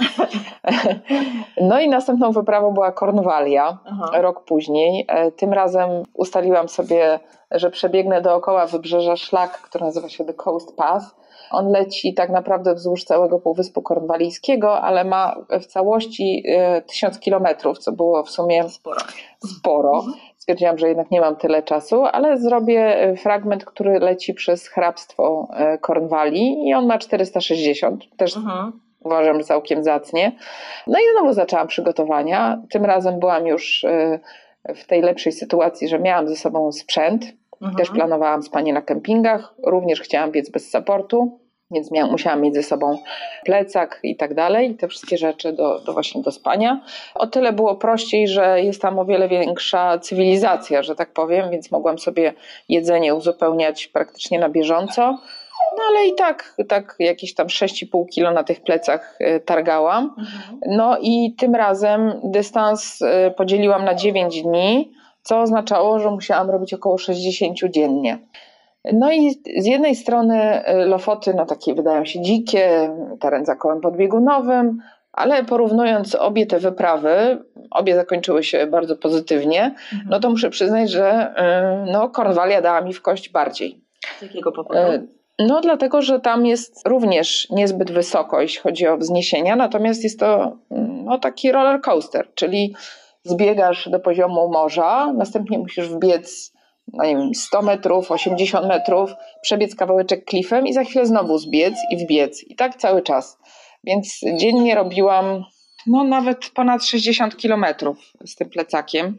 No i następną wyprawą była Kornwalia, rok później. Tym razem ustaliłam sobie, że przebiegnę dookoła wybrzeża szlak, który nazywa się The Coast Path. On leci tak naprawdę wzdłuż całego Półwyspu Kornwalijskiego, ale ma w całości 1000 kilometrów, co było w sumie sporo. Stwierdziłam, że jednak nie mam tyle czasu, ale zrobię fragment, który leci przez hrabstwo Kornwalii i on ma 460. Też uważam, że całkiem zacnie. No i znowu zaczęłam przygotowania. Tym razem byłam już w tej lepszej sytuacji, że miałam ze sobą sprzęt. Też planowałam spanie na kempingach. Również chciałam biec bez supportu, więc musiałam mieć ze sobą plecak i tak dalej. Te wszystkie rzeczy właśnie do spania. O tyle było prościej, że jest tam o wiele większa cywilizacja, że tak powiem, więc mogłam sobie jedzenie uzupełniać praktycznie na bieżąco. No ale i tak jakieś tam 6,5 kilo na tych plecach targałam. No i tym razem dystans podzieliłam na 9 dni, co oznaczało, że musiałam robić około 60 dziennie. No i z jednej strony Lofoty, no takie wydają się dzikie, teren za kołem podbiegunowym, ale porównując obie te wyprawy, obie zakończyły się bardzo pozytywnie, no to muszę przyznać, że Kornwalia dała mi w kość bardziej. Z jakiego powodu? No dlatego, że tam jest również niezbyt wysoko, jeśli chodzi o wzniesienia, natomiast jest to taki roller coaster, czyli zbiegasz do poziomu morza, następnie musisz wbiec 100 metrów, 80 metrów, przebiec kawałeczek klifem i za chwilę znowu zbiec i wbiec. I tak cały czas. Więc dziennie robiłam nawet ponad 60 kilometrów z tym plecakiem.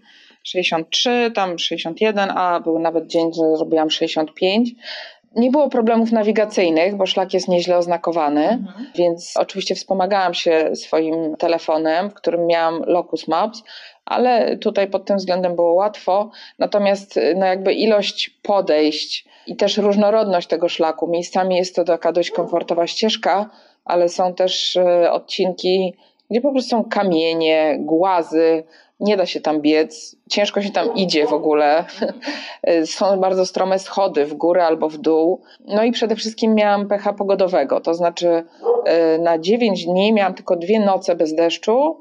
63, tam 61, a był nawet dzień, że zrobiłam 65. Nie było problemów nawigacyjnych, bo szlak jest nieźle oznakowany, więc oczywiście wspomagałam się swoim telefonem, w którym miałam Locus Maps, ale tutaj pod tym względem było łatwo. Natomiast jakby ilość podejść i też różnorodność tego szlaku. Miejscami jest to taka dość komfortowa ścieżka, ale są też odcinki, gdzie po prostu są kamienie, głazy, nie da się tam biec, ciężko się tam idzie w ogóle. Są bardzo strome schody w górę albo w dół. No i przede wszystkim miałam pecha pogodowego, to znaczy na 9 dni miałam tylko 2 noce bez deszczu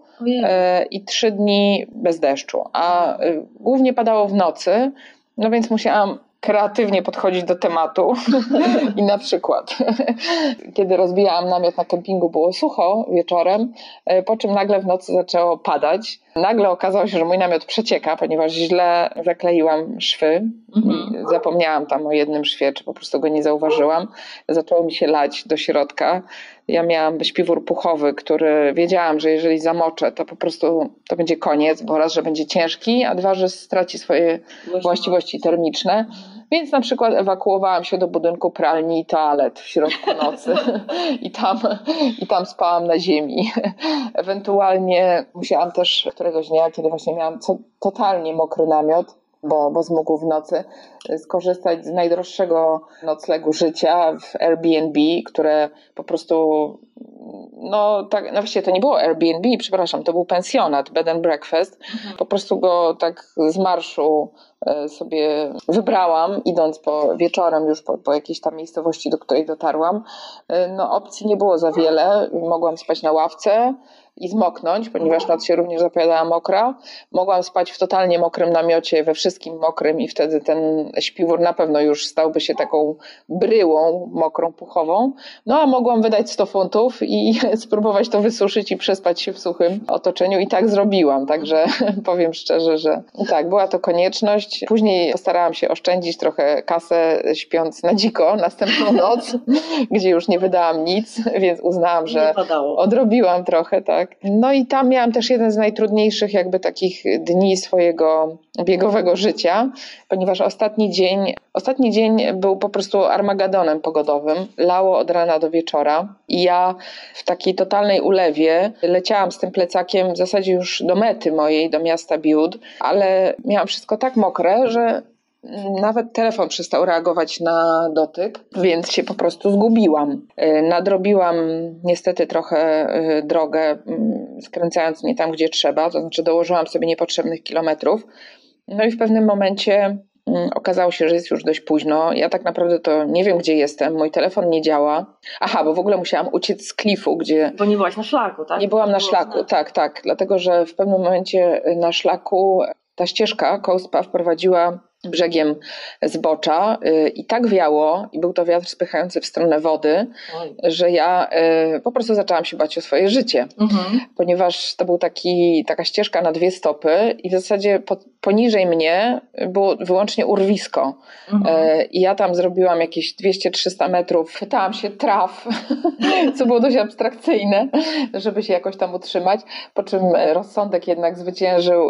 i 3 dni bez deszczu, a głównie padało w nocy, no więc musiałam kreatywnie podchodzić do tematu i na przykład kiedy rozbijałam namiot na kempingu, było sucho wieczorem, po czym nagle w nocy zaczęło padać. Nagle okazało się, że mój namiot przecieka, ponieważ źle zakleiłam szwy. Zapomniałam tam o jednym szwie, czy po prostu go nie zauważyłam. Zaczęło mi się lać do środka. Ja miałam śpiwór puchowy, który wiedziałam, że jeżeli zamoczę, to po prostu to będzie koniec, bo raz, że będzie ciężki, a dwa, że straci swoje właściwości termiczne. Więc na przykład ewakuowałam się do budynku pralni i toalet w środku nocy i tam spałam na ziemi. Ewentualnie musiałam też któregoś dnia, kiedy właśnie miałam totalnie mokry namiot, bo zmógł w nocy, skorzystać z najdroższego noclegu życia w Airbnb, które po prostu właściwie to nie było Airbnb, przepraszam, to był pensjonat, bed and breakfast. Po prostu go tak z marszu sobie wybrałam, idąc wieczorem już po jakiejś tam miejscowości, do której dotarłam. Opcji nie było za wiele, mogłam spać na ławce i zmoknąć, ponieważ noc się również zapowiadała mokra. Mogłam spać w totalnie mokrym namiocie, we wszystkim mokrym i wtedy ten śpiwór na pewno już stałby się taką bryłą mokrą, puchową. A mogłam wydać 100 funtów i spróbować to wysuszyć i przespać się w suchym otoczeniu i tak zrobiłam. Także powiem szczerze, że tak, była to konieczność. przyjemność. Później postarałam się oszczędzić trochę kasę, śpiąc na dziko następną noc, gdzie już nie wydałam nic, więc uznałam, że odrobiłam trochę, tak. No i tam miałam też jeden z najtrudniejszych jakby takich dni swojego biegowego życia, ponieważ ostatni dzień był po prostu armagedonem pogodowym. Lało od rana do wieczora i ja w takiej totalnej ulewie leciałam z tym plecakiem w zasadzie już do mety mojej, do miasta Biłd, ale miałam wszystko tak mokre, że nawet telefon przestał reagować na dotyk, więc się po prostu zgubiłam. Nadrobiłam niestety trochę drogę, skręcając nie tam, gdzie trzeba, to znaczy dołożyłam sobie niepotrzebnych kilometrów. No i w pewnym momencie okazało się, że jest już dość późno. Ja tak naprawdę to nie wiem, gdzie jestem. Mój telefon nie działa. Aha, bo w ogóle musiałam uciec z klifu, gdzie... Bo nie byłaś na szlaku, tak? Nie byłam na szlaku, tak. Dlatego, że w pewnym momencie na szlaku ta ścieżka Coast Path prowadziła brzegiem zbocza i tak wiało, i był to wiatr spychający w stronę wody, że ja po prostu zaczęłam się bać o swoje życie, ponieważ to był taka ścieżka na 2 stopy i w zasadzie poniżej mnie było wyłącznie urwisko. I ja tam zrobiłam jakieś 200-300 metrów, pytałam się traf, co było dość abstrakcyjne, żeby się jakoś tam utrzymać, po czym rozsądek jednak zwyciężył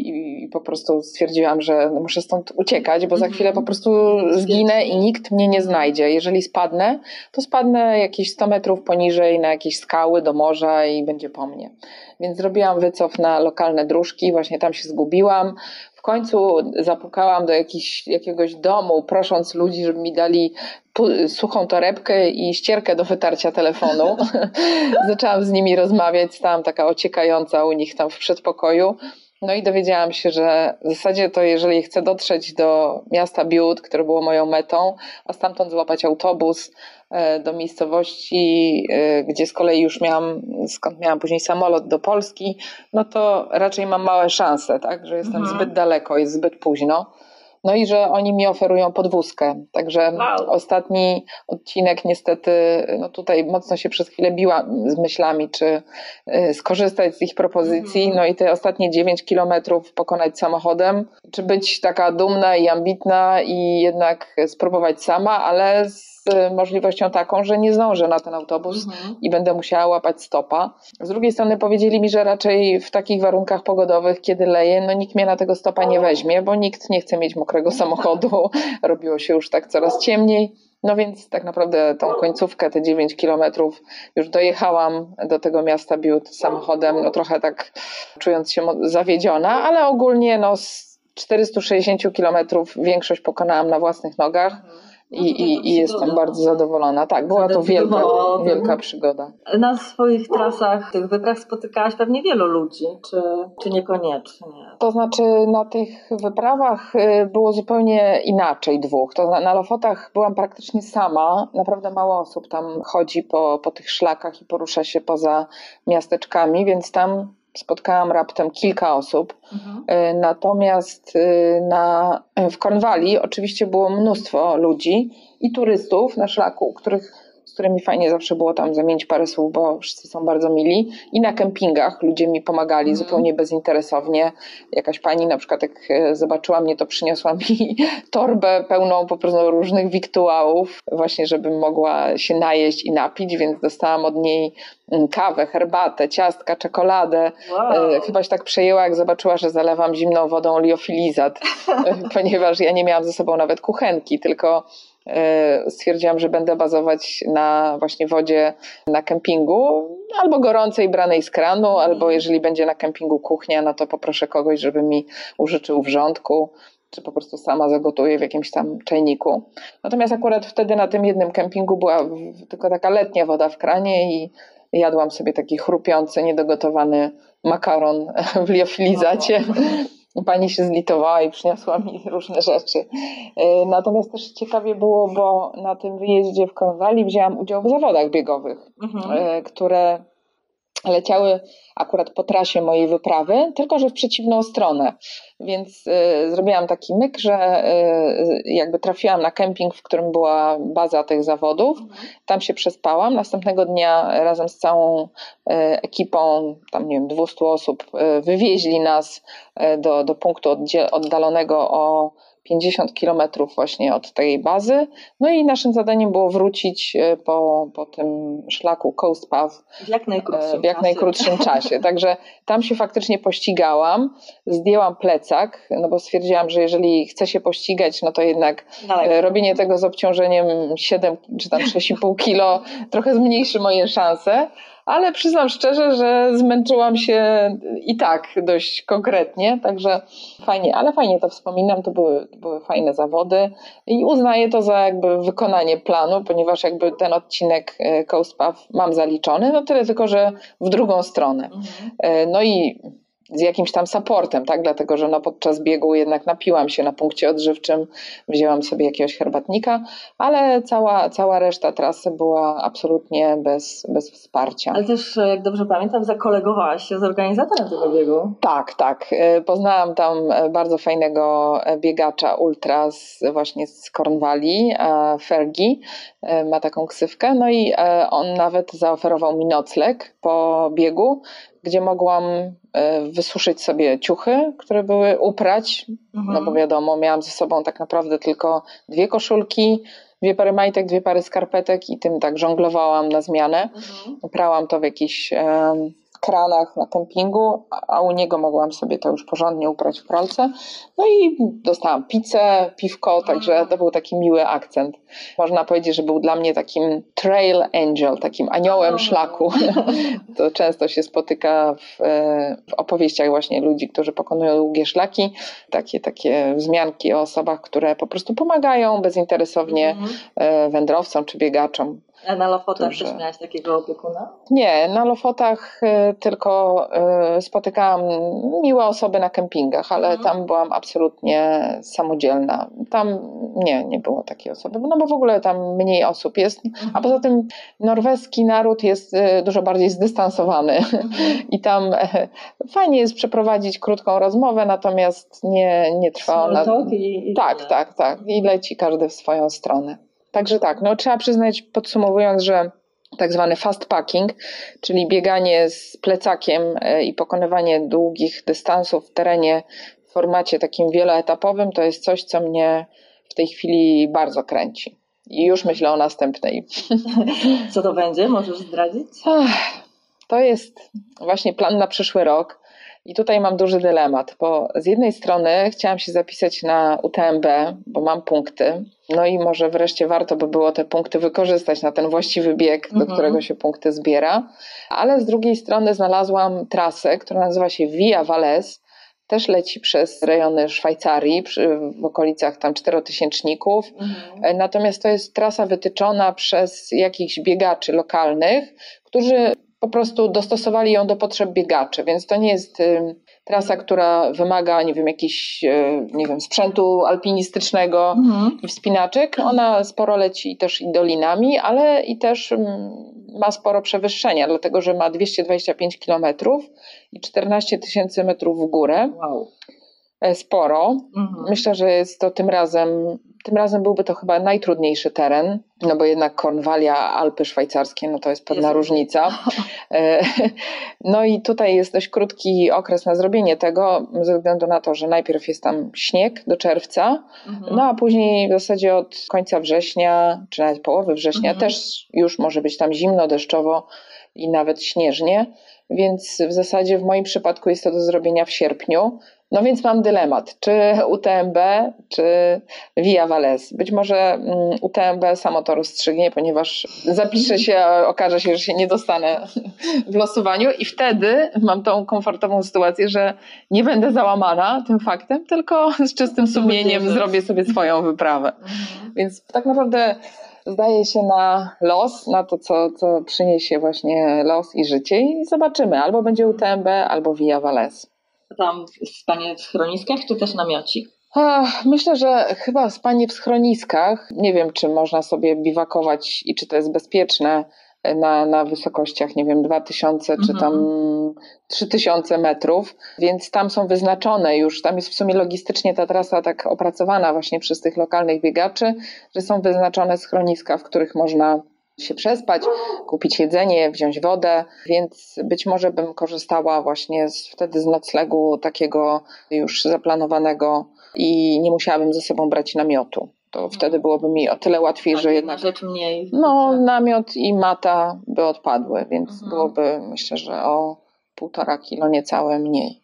i po prostu stwierdziłam, że muszę stąd uciekać, bo za chwilę po prostu zginę i nikt mnie nie znajdzie. Jeżeli spadnę, to spadnę jakieś 100 metrów poniżej na jakieś skały do morza i będzie po mnie. Więc zrobiłam wycof na lokalne dróżki, właśnie tam się zgubiłam. W końcu zapukałam do jakiegoś domu, prosząc ludzi, żeby mi dali suchą torebkę i ścierkę do wytarcia telefonu. Zaczęłam z nimi rozmawiać, stałam taka ociekająca u nich tam w przedpokoju. No i dowiedziałam się, że w zasadzie to jeżeli chcę dotrzeć do miasta Biłd, które było moją metą, a stamtąd złapać autobus do miejscowości, gdzie z kolei już skąd miałam później samolot do Polski, no to raczej mam małe szanse, tak, że jestem zbyt daleko, jest zbyt późno. No i że oni mi oferują podwózkę. Także ostatni odcinek niestety, no tutaj mocno się przez chwilę biłam z myślami, czy skorzystać z ich propozycji, no i te ostatnie 9 kilometrów pokonać samochodem, czy być taka dumna i ambitna i jednak spróbować sama, ale z możliwością taką, że nie zdążę na ten autobus i będę musiała łapać stopa. Z drugiej strony powiedzieli mi, że raczej w takich warunkach pogodowych, kiedy leje, no nikt mnie na tego stopa nie weźmie, bo nikt nie chce mieć mokrego samochodu. Robiło się już tak coraz ciemniej. No więc tak naprawdę tą końcówkę, te 9 kilometrów już dojechałam do tego miasta Biłd samochodem, no trochę tak czując się zawiedziona, ale ogólnie no z 460 kilometrów większość pokonałam na własnych nogach. I jestem bardzo zadowolona. Tak, była to wielka przygoda. Na swoich trasach, tych wypraw spotykałaś pewnie wielu ludzi, czy niekoniecznie? To znaczy na tych wyprawach było zupełnie inaczej dwóch. To na Lofotach byłam praktycznie sama. Naprawdę mało osób tam chodzi po tych szlakach i porusza się poza miasteczkami, więc tam spotkałam raptem kilka osób. Natomiast w Cornwalli oczywiście było mnóstwo ludzi i turystów na szlaku, z którymi fajnie zawsze było tam zamienić parę słów, bo wszyscy są bardzo mili. I na kempingach ludzie mi pomagali zupełnie bezinteresownie. Jakaś pani na przykład jak zobaczyła mnie, to przyniosła mi torbę pełną po prostu różnych wiktuałów, właśnie żebym mogła się najeść i napić, więc dostałam od niej kawę, herbatę, ciastka, czekoladę. Wow. Chyba się tak przejęła, jak zobaczyła, że zalewam zimną wodą liofilizat, ponieważ ja nie miałam ze sobą nawet kuchenki, tylko stwierdziłam, że będę bazować na właśnie wodzie na kempingu, albo gorącej branej z kranu, albo jeżeli będzie na kempingu kuchnia, no to poproszę kogoś, żeby mi użyczył wrzątku, czy po prostu sama zagotuję w jakimś tam czajniku. Natomiast akurat wtedy na tym jednym kempingu była tylko taka letnia woda w kranie i jadłam sobie taki chrupiący, niedogotowany makaron w liofilizacie. Pani się zlitowała i przyniosła mi różne rzeczy. Natomiast też ciekawie było, bo na tym wyjeździe w Cornwalli wzięłam udział w zawodach biegowych, które leciały akurat po trasie mojej wyprawy, tylko że w przeciwną stronę. Więc zrobiłam taki myk, że jakby trafiłam na kemping, w którym była baza tych zawodów. Tam się przespałam. Następnego dnia razem z całą ekipą, tam nie wiem, 200 osób, wywieźli nas do punktu oddalonego o 50 kilometrów właśnie od tej bazy. No i naszym zadaniem było wrócić po tym szlaku Coast Path w jak najkrótszym czasie. Także tam się faktycznie pościgałam, zdjęłam plecak, no bo stwierdziłam, że jeżeli chcę się pościgać, no to jednak robienie tego z obciążeniem 7 czy tam 6,5 kilo trochę zmniejszy moje szanse. Ale przyznam szczerze, że zmęczyłam się i tak dość konkretnie, także fajnie to wspominam, to były fajne zawody i uznaję to za jakby wykonanie planu, ponieważ jakby ten odcinek Coast Path mam zaliczony, no tyle tylko, że w drugą stronę. No i z jakimś tam supportem, tak? Dlatego, że podczas biegu jednak napiłam się na punkcie odżywczym, wzięłam sobie jakiegoś herbatnika, ale cała reszta trasy była absolutnie bez wsparcia. Ale też, jak dobrze pamiętam, zakolegowałaś się z organizatorem tego biegu. Tak. Poznałam tam bardzo fajnego biegacza ultra właśnie z Cornwalli, Fergie, ma taką ksywkę, no i on nawet zaoferował mi nocleg po biegu, gdzie mogłam wysuszyć sobie ciuchy, które były, uprać, no bo wiadomo, miałam ze sobą tak naprawdę tylko 2 koszulki, 2 pary majtek, 2 pary skarpetek i tym tak żonglowałam na zmianę. Prałam to w jakichś kranach na kempingu, a u niego mogłam sobie to już porządnie uprać w pralce. No i dostałam pizzę, piwko, także to był taki miły akcent. Można powiedzieć, że był dla mnie takim trail angel, takim aniołem szlaku. To często się spotyka w opowieściach właśnie ludzi, którzy pokonują długie szlaki. Takie wzmianki o osobach, które po prostu pomagają bezinteresownie wędrowcom czy biegaczom. A na Lofotach też miałaś takiego opiekuna? Nie, na Lofotach tylko spotykałam miłe osoby na kempingach, ale tam byłam absolutnie samodzielna. Tam nie było takiej osoby, no bo w ogóle tam mniej osób jest, a poza tym norweski naród jest dużo bardziej zdystansowany i tam fajnie jest przeprowadzić krótką rozmowę, natomiast nie trwa ona. Tak. I leci każdy w swoją stronę. Także tak, no trzeba przyznać, podsumowując, że tak zwany fast packing, czyli bieganie z plecakiem i pokonywanie długich dystansów w terenie w formacie takim wieloetapowym, to jest coś, co mnie w tej chwili bardzo kręci. I już myślę o następnej. Co to będzie? Możesz zdradzić? To jest właśnie plan na przyszły rok. I tutaj mam duży dylemat, bo z jednej strony chciałam się zapisać na UTMB, bo mam punkty, no i może wreszcie warto by było te punkty wykorzystać na ten właściwy bieg, do którego się punkty zbiera, ale z drugiej strony znalazłam trasę, która nazywa się Via Valais, też leci przez rejony Szwajcarii, w okolicach tam 4000-tników, natomiast to jest trasa wytyczona przez jakichś biegaczy lokalnych, którzy po prostu dostosowali ją do potrzeb biegaczy, więc to nie jest trasa, która wymaga, jakiś, sprzętu alpinistycznego i wspinaczek. Ona sporo leci też i dolinami, ale i też ma sporo przewyższenia, dlatego że ma 225 km i 14 000 metrów w górę. Wow. Sporo. Myślę, że jest to tym razem byłby to chyba najtrudniejszy teren, no bo jednak Kornwalia, Alpy szwajcarskie, no to jest pewna różnica. No i tutaj jest dość krótki okres na zrobienie tego, ze względu na to, że najpierw jest tam śnieg do czerwca, no a później w zasadzie od końca września, czy nawet połowy września też już może być tam zimno, deszczowo i nawet śnieżnie, więc w zasadzie w moim przypadku jest to do zrobienia w sierpniu. No więc mam dylemat, czy UTMB, czy Via Valais. Być może UTMB samo to rozstrzygnie, ponieważ zapiszę się, a okaże się, że się nie dostanę w losowaniu i wtedy mam tą komfortową sytuację, że nie będę załamana tym faktem, tylko z czystym sumieniem zrobię sobie swoją wyprawę. Więc tak naprawdę zdaje się na los, na to, co przyniesie właśnie los i życie i zobaczymy. Albo będzie UTMB, albo Via Valais. Tam spanie w schroniskach, czy też namiocik? Myślę, że chyba spanie w schroniskach. Nie wiem, czy można sobie biwakować i czy to jest bezpieczne na wysokościach, nie wiem, 2000 czy tam 3000 metrów, więc tam są wyznaczone już, tam jest w sumie logistycznie ta trasa tak opracowana właśnie przez tych lokalnych biegaczy, że są wyznaczone schroniska, w których można się przespać, kupić jedzenie, wziąć wodę, więc być może bym korzystała właśnie wtedy z noclegu takiego już zaplanowanego i nie musiałabym ze sobą brać namiotu. To wtedy byłoby mi o tyle łatwiej, że jednak rzecz mniej. No, namiot i mata by odpadły, więc byłoby, myślę, że o 1,5 kilo niecałe mniej.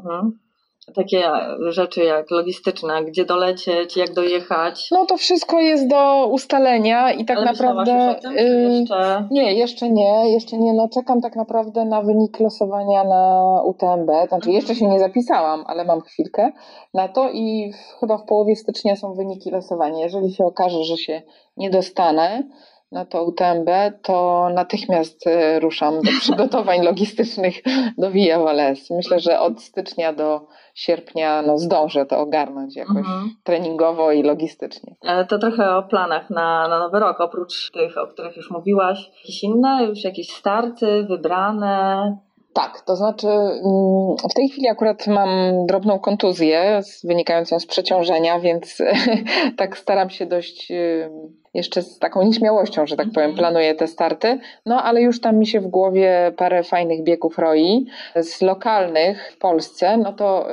Takie rzeczy jak logistyczne, gdzie dolecieć, jak dojechać. No to wszystko jest do ustalenia i tak ale naprawdę. Już o tym, jeszcze... Nie, jeszcze nie. No czekam tak naprawdę na wynik losowania na UTMB. Znaczy jeszcze się nie zapisałam, ale mam chwilkę na to i chyba w połowie stycznia są wyniki losowania. Jeżeli się okaże, że się nie dostanę na to UTMB, to natychmiast ruszam do przygotowań logistycznych do Via Valles. Myślę, że od stycznia do sierpnia zdążę to ogarnąć jakoś treningowo i logistycznie. To trochę o planach na nowy rok, oprócz tych, o których już mówiłaś. Jakieś inne, już jakieś starty wybrane? Tak, to znaczy w tej chwili akurat mam drobną kontuzję wynikającą z przeciążenia, więc tak staram się dość jeszcze z taką nieśmiałością, że tak powiem, planuję te starty, no ale już tam mi się w głowie parę fajnych biegów roi. Z lokalnych w Polsce, no to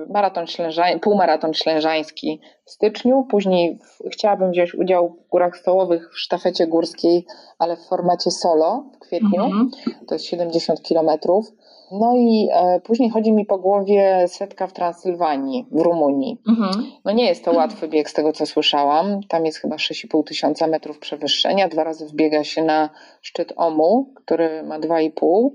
półmaraton ślężański w styczniu, później chciałabym wziąć udział w Górach Stołowych w sztafecie górskiej, ale w formacie solo w kwietniu, to jest 70 kilometrów. No i później chodzi mi po głowie setka w Transylwanii, w Rumunii. No nie jest to łatwy bieg z tego, co słyszałam. Tam jest chyba 6500 metrów przewyższenia. 2 razy wbiega się na szczyt Omu, który ma 2,5.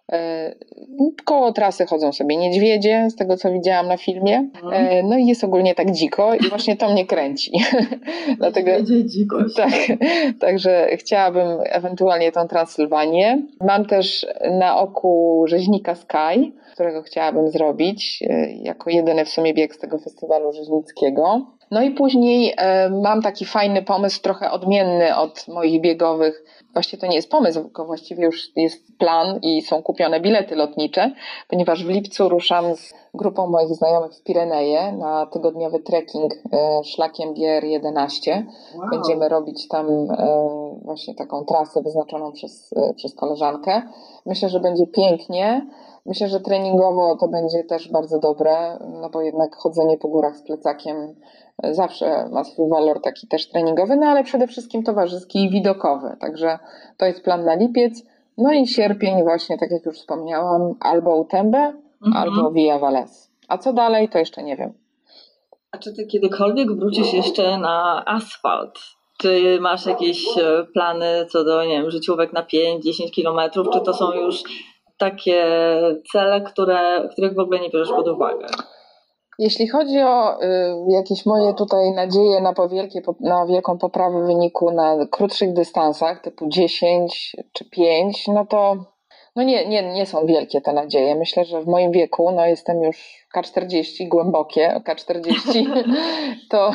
Koło trasy chodzą sobie niedźwiedzie, z tego co widziałam na filmie. No i jest ogólnie tak dziko i właśnie to mnie kręci. Dlatego dzikość. Tak, także chciałabym ewentualnie tą Transylwanię. Mam też na oku rzeźnika Sky, którego chciałabym zrobić jako jedyny w sumie bieg z tego festiwalu rzeźnickiego. No i później mam taki fajny pomysł, trochę odmienny od moich biegowych. Właściwie to nie jest pomysł, tylko właściwie już jest plan i są kupione bilety lotnicze, ponieważ w lipcu ruszam z grupą moich znajomych w Pireneje na tygodniowy trekking szlakiem GR11. Wow. Będziemy robić tam właśnie taką trasę wyznaczoną przez koleżankę. Myślę, że będzie pięknie. Myślę, że treningowo to będzie też bardzo dobre, no bo jednak chodzenie po górach z plecakiem zawsze ma swój walor taki też treningowy, no ale przede wszystkim towarzyski i widokowy. Także to jest plan na lipiec. No i sierpień właśnie, tak jak już wspomniałam, albo UTMB, albo Via Valles. A co dalej, to jeszcze nie wiem. A czy ty kiedykolwiek wrócisz jeszcze na asfalt? Czy masz jakieś plany co do, nie wiem, życiówek na 5-10 kilometrów? Czy to są już takie cele, których w ogóle nie bierzesz pod uwagę? Jeśli chodzi o jakieś moje tutaj nadzieje na wielką poprawę wyniku na krótszych dystansach, typu 10 czy 5, no to nie są wielkie te nadzieje. Myślę, że w moim wieku, jestem już K40, głębokie K40, to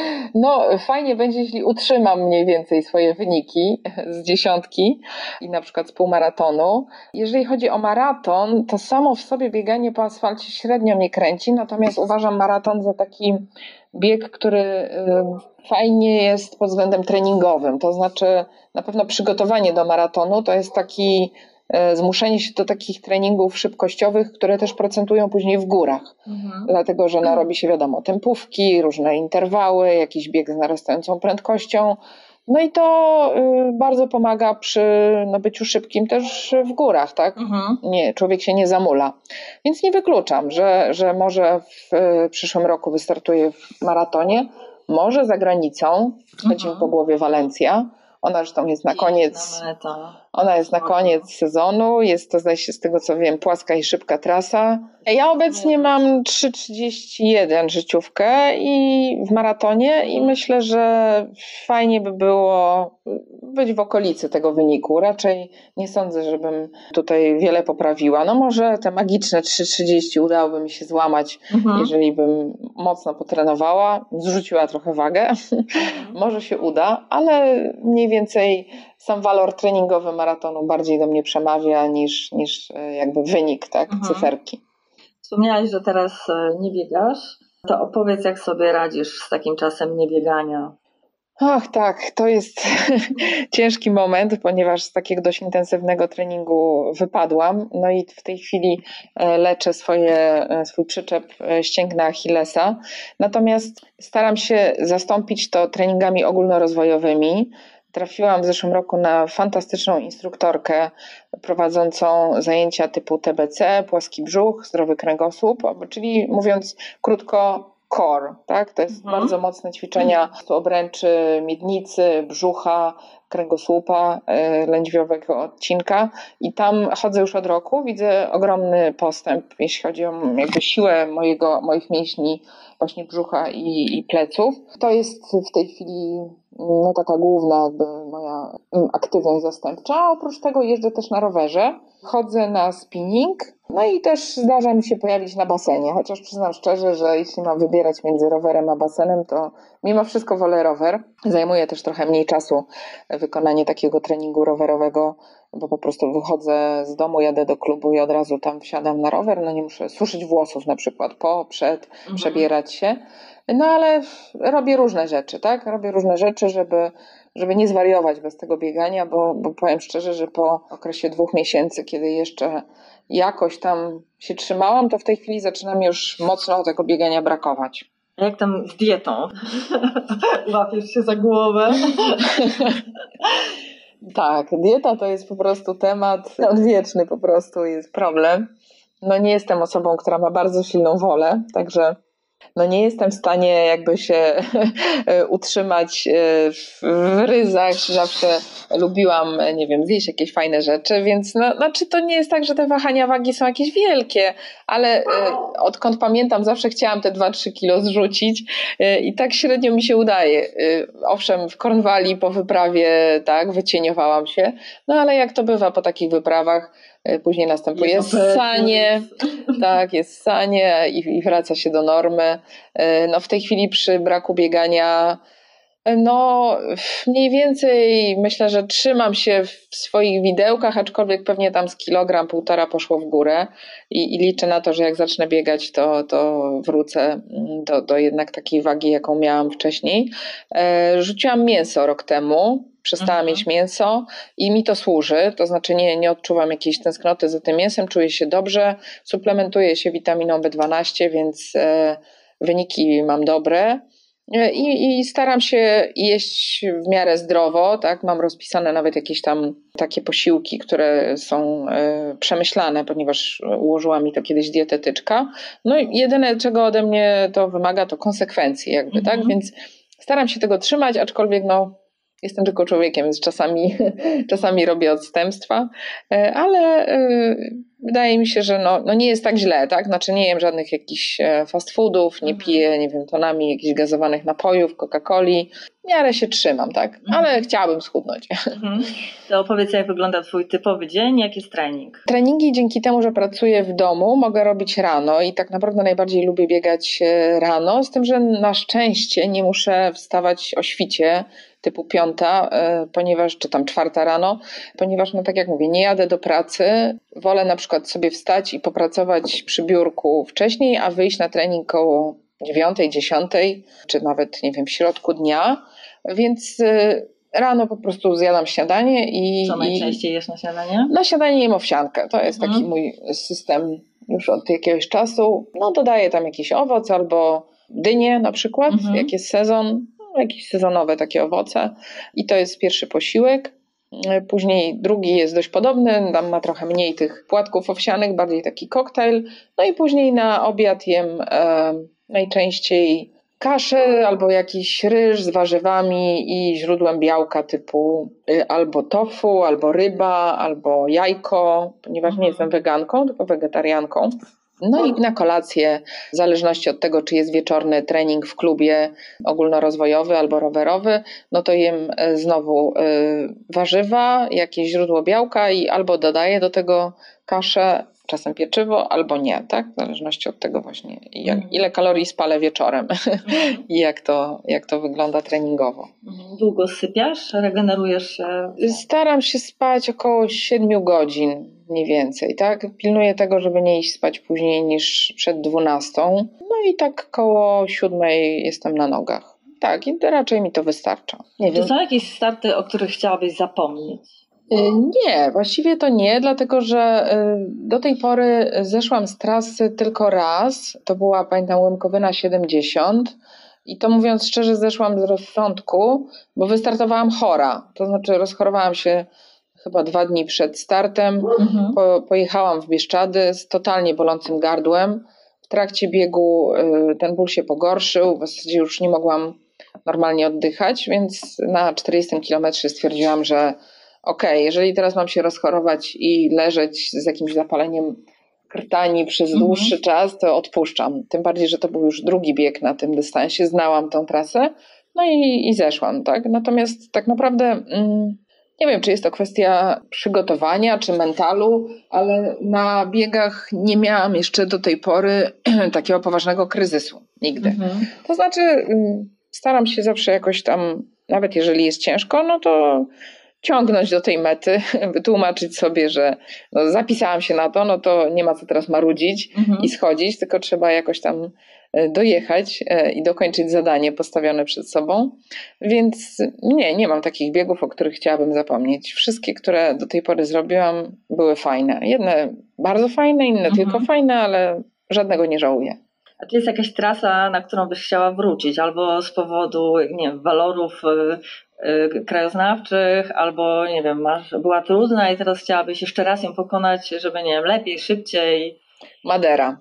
fajnie będzie, jeśli utrzymam mniej więcej swoje wyniki z 10 i na przykład z półmaratonu. Jeżeli chodzi o maraton, to samo w sobie bieganie po asfalcie średnio mnie kręci, natomiast uważam maraton za taki bieg, który fajnie jest pod względem treningowym. To znaczy na pewno przygotowanie do maratonu to jest taki zmuszenie się do takich treningów szybkościowych, które też procentują później w górach. Dlatego, że robi się wiadomo tempówki, różne interwały, jakiś bieg z narastającą prędkością. No i to bardzo pomaga przy byciu szybkim też w górach, tak? Nie, człowiek się nie zamula. Więc nie wykluczam, że może w przyszłym roku wystartuję w maratonie, może za granicą, chodzi mi po głowie Walencja. Ona zresztą jest na koniec. Ona jest na koniec sezonu. Jest to, zdaje się, z tego co wiem, płaska i szybka trasa. Ja obecnie mam 3:31 życiówkę i w maratonie i myślę, że fajnie by było być w okolicy tego wyniku. Raczej nie sądzę, żebym tutaj wiele poprawiła. No może te magiczne 3:30 udałoby mi się złamać, jeżeli bym mocno potrenowała, zrzuciła trochę wagę. Może się uda, ale mniej więcej sam walor treningowy maratonu bardziej do mnie przemawia niż jakby wynik, tak, cyferki. Wspomniałaś, że teraz nie biegasz. To opowiedz, jak sobie radzisz z takim czasem niebiegania. Ach tak, to jest ciężki moment, ponieważ z takiego dość intensywnego treningu wypadłam. No i w tej chwili leczę swój przyczep ścięgna Achillesa. Natomiast staram się zastąpić to treningami ogólnorozwojowymi. Trafiłam w zeszłym roku na fantastyczną instruktorkę prowadzącą zajęcia typu TBC, płaski brzuch, zdrowy kręgosłup, czyli mówiąc krótko core, tak? To jest bardzo mocne ćwiczenia obręczy, miednicy, brzucha, kręgosłupa, lędźwiowego odcinka i tam chodzę już od roku, widzę ogromny postęp, jeśli chodzi o jakby siłę moich mięśni, właśnie brzucha i pleców. To jest w tej chwili taka główna jakby moja aktywność zastępcza. A oprócz tego jeżdżę też na rowerze, chodzę na spinning, no i też zdarza mi się pojawić na basenie, chociaż przyznam szczerze, że jeśli mam wybierać między rowerem a basenem, to mimo wszystko wolę rower. Zajmuje też trochę mniej czasu wykonanie takiego treningu rowerowego, bo po prostu wychodzę z domu, jadę do klubu i od razu tam wsiadam na rower, no nie muszę suszyć włosów na przykład przed, przebierać się. No ale robię różne rzeczy, tak? Robię różne rzeczy, żeby nie zwariować bez tego biegania, bo powiem szczerze, że po okresie 2 miesięcy, kiedy jeszcze jakoś tam się trzymałam, to w tej chwili zaczyna mi już mocno tego biegania brakować. Jak tam z dietą? Łapiesz się za głowę? Tak, dieta to jest po prostu temat odwieczny, po prostu jest problem. No nie jestem osobą, która ma bardzo silną wolę, także nie jestem w stanie jakby się utrzymać w ryzach. Zawsze lubiłam, nie wiem, zjeść jakieś fajne rzeczy, więc to nie jest tak, że te wahania wagi są jakieś wielkie, ale odkąd pamiętam, zawsze chciałam te 2-3 kilo zrzucić i tak średnio mi się udaje. Owszem, w Cornwalli po wyprawie tak, wycieniowałam się, ale jak to bywa po takich wyprawach, później następuje ssanie, tak, jest ssanie i wraca się do normy. W tej chwili przy braku biegania mniej więcej myślę, że trzymam się w swoich widełkach, aczkolwiek pewnie tam z 1,5 kg poszło w górę i liczę na to, że jak zacznę biegać, to wrócę do jednak takiej wagi, jaką miałam wcześniej. Rzuciłam mięso rok temu. Przestałam jeść mięso i mi to służy, to znaczy nie odczuwam jakiejś tęsknoty za tym mięsem, czuję się dobrze, suplementuję się witaminą B12, więc wyniki mam dobre i staram się jeść w miarę zdrowo, tak? Mam rozpisane nawet jakieś tam takie posiłki, które są przemyślane, ponieważ ułożyła mi to kiedyś dietetyczka. I jedyne, czego ode mnie to wymaga, to konsekwencje jakby, tak? Więc staram się tego trzymać, aczkolwiek jestem tylko człowiekiem, więc czasami robię odstępstwa, ale wydaje mi się, że nie jest tak źle, tak? Znaczy nie jem żadnych jakichś fast foodów, nie piję, nie wiem, tonami jakichś gazowanych napojów, Coca-Coli. W miarę się trzymam, tak? Ale chciałabym schudnąć. To opowiedz, jak wygląda twój typowy dzień, jaki jest trening? Treningi dzięki temu, że pracuję w domu, mogę robić rano i tak naprawdę najbardziej lubię biegać rano, z tym, że na szczęście nie muszę wstawać o świcie typu 5, ponieważ, czy tam 4 rano, ponieważ tak jak mówię, nie jadę do pracy, wolę na przykład sobie wstać i popracować przy biurku wcześniej, a wyjść na trening koło 9, 10, czy nawet, nie wiem, w środku dnia, więc rano po prostu zjadam śniadanie i... Co najczęściej jesz na śniadanie? Na śniadanie jem owsiankę, to jest taki mój system już od jakiegoś czasu, dodaję tam jakiś owoc albo dynię na przykład, jak jest sezon, jakieś sezonowe takie owoce i to jest pierwszy posiłek. Później drugi jest dość podobny, tam ma trochę mniej tych płatków owsianych, bardziej taki koktajl. I później na obiad jem najczęściej kaszę albo jakiś ryż z warzywami i źródłem białka typu albo tofu, albo ryba, albo jajko, ponieważ nie jestem weganką, tylko wegetarianką. I na kolację, w zależności od tego, czy jest wieczorny trening w klubie ogólnorozwojowy albo rowerowy, to jem znowu warzywa, jakieś źródło białka i albo dodaję do tego kaszę, czasem pieczywo albo nie, tak? W zależności od tego właśnie, ile kalorii spalę wieczorem i jak to wygląda treningowo. Długo sypiasz? Regenerujesz się? Staram się spać około 7 godzin mniej więcej, tak? Pilnuję tego, żeby nie iść spać później niż przed 12. No i tak koło 7 jestem na nogach. Tak, i raczej mi to wystarcza. Nie wiem. Czy są jakieś starty, o których chciałabyś zapomnieć? Nie, właściwie to nie, dlatego że do tej pory zeszłam z trasy tylko raz. To była, pamiętam, Łemkowyna 70 i to, mówiąc szczerze, zeszłam z rozsądku, bo wystartowałam chora. To znaczy rozchorowałam się chyba 2 dni przed startem. Pojechałam w Bieszczady z totalnie bolącym gardłem. W trakcie biegu ten ból się pogorszył, w zasadzie już nie mogłam normalnie oddychać, więc na 40 kilometrze stwierdziłam, że jeżeli teraz mam się rozchorować i leżeć z jakimś zapaleniem krtani przez dłuższy czas, to odpuszczam. Tym bardziej, że to był już drugi bieg na tym dystansie, znałam tą trasę, no i zeszłam, tak? Natomiast tak naprawdę nie wiem, czy jest to kwestia przygotowania, czy mentalu, ale na biegach nie miałam jeszcze do tej pory takiego poważnego kryzysu. Nigdy. To znaczy staram się zawsze jakoś tam, nawet jeżeli jest ciężko, no to ciągnąć do tej mety, wytłumaczyć sobie, że zapisałam się na to, no to nie ma co teraz marudzić i schodzić, tylko trzeba jakoś tam dojechać i dokończyć zadanie postawione przed sobą. Więc nie mam takich biegów, o których chciałabym zapomnieć. Wszystkie, które do tej pory zrobiłam, były fajne. Jedne bardzo fajne, inne tylko fajne, ale żadnego nie żałuję. A czy jest jakaś trasa, na którą byś chciała wrócić? Albo z powodu, nie wiem, walorów krajoznawczych, albo nie wiem, była trudna i teraz chciałabyś jeszcze raz ją pokonać, żeby nie wiem, lepiej, szybciej. Madera.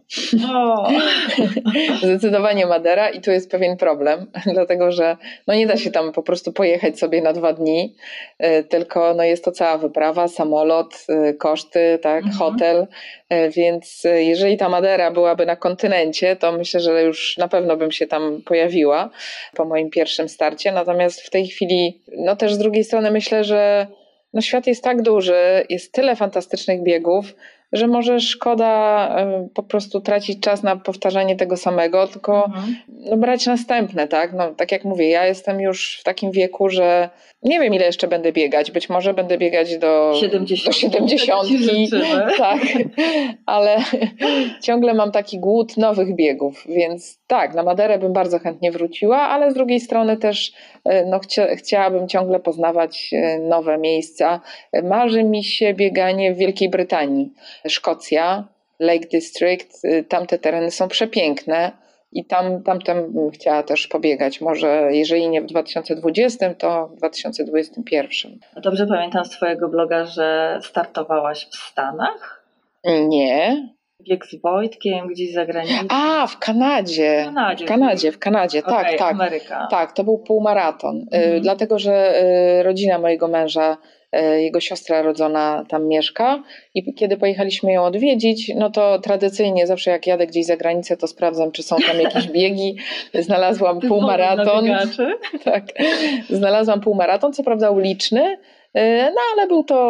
Zdecydowanie Madera i tu jest pewien problem, dlatego że nie da się tam po prostu pojechać sobie na 2 dni, tylko jest to cała wyprawa, samolot, koszty, tak, hotel, więc jeżeli ta Madera byłaby na kontynencie, to myślę, że już na pewno bym się tam pojawiła po moim pierwszym starcie, natomiast w tej chwili, też z drugiej strony myślę, że świat jest tak duży, jest tyle fantastycznych biegów, że może szkoda po prostu tracić czas na powtarzanie tego samego, tylko brać następne, tak? Tak jak mówię, ja jestem już w takim wieku, że nie wiem, ile jeszcze będę biegać. Być może będę biegać do 70. Tak, ale ciągle mam taki głód nowych biegów, więc tak, na Maderę bym bardzo chętnie wróciła, ale z drugiej strony też chciałabym ciągle poznawać nowe miejsca. Marzy mi się bieganie w Wielkiej Brytanii. Szkocja, Lake District, tamte tereny są przepiękne i tam bym chciała też pobiegać. Może jeżeli nie w 2020, to w 2021. A dobrze pamiętam z twojego bloga, że startowałaś w Stanach? Nie. Bieg z Wojtkiem gdzieś za granicą. W Kanadzie. W Kanadzie, okay, tak. Ameryka. Tak, to był półmaraton. Dlatego, że rodzina mojego męża, jego siostra rodzona tam mieszka i kiedy pojechaliśmy ją odwiedzić, to tradycyjnie zawsze jak jadę gdzieś za granicę, to sprawdzam, czy są tam jakieś biegi. Znalazłam półmaraton. Tak, znalazłam półmaraton, co prawda uliczny, ale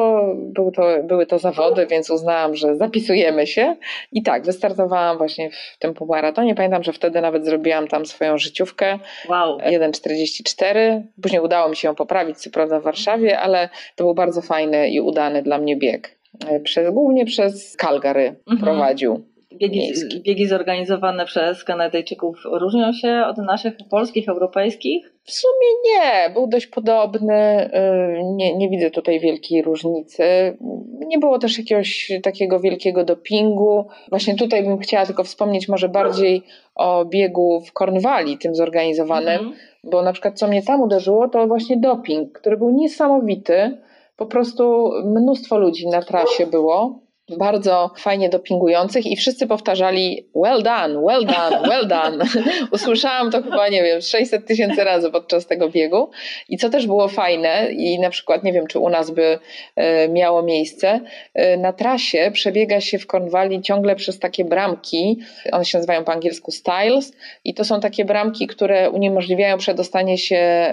były to zawody, więc uznałam, że zapisujemy się i tak, wystartowałam właśnie w tym półmaratonie. Pamiętam, że wtedy nawet zrobiłam tam swoją życiówkę. Wow. 1,44. Później udało mi się ją poprawić, co prawda w Warszawie, ale to był bardzo fajny i udany dla mnie bieg. Głównie przez Calgary prowadził. Biegi zorganizowane przez Kanadyjczyków różnią się od naszych polskich, europejskich? W sumie nie, był dość podobny, nie widzę tutaj wielkiej różnicy. Nie było też jakiegoś takiego wielkiego dopingu. Właśnie tutaj bym chciała tylko wspomnieć może bardziej o biegu w Cornwalli, tym zorganizowanym, bo na przykład co mnie tam uderzyło, to właśnie doping, który był niesamowity. Po prostu mnóstwo ludzi na trasie było, bardzo fajnie dopingujących i wszyscy powtarzali well done, well done, well done. Usłyszałam to chyba, 600 000 razy podczas tego biegu i co też było fajne i na przykład nie wiem, czy u nas by miało miejsce, na trasie przebiega się w Cornwalli ciągle przez takie bramki, one się nazywają po angielsku stiles i to są takie bramki, które uniemożliwiają przedostanie się,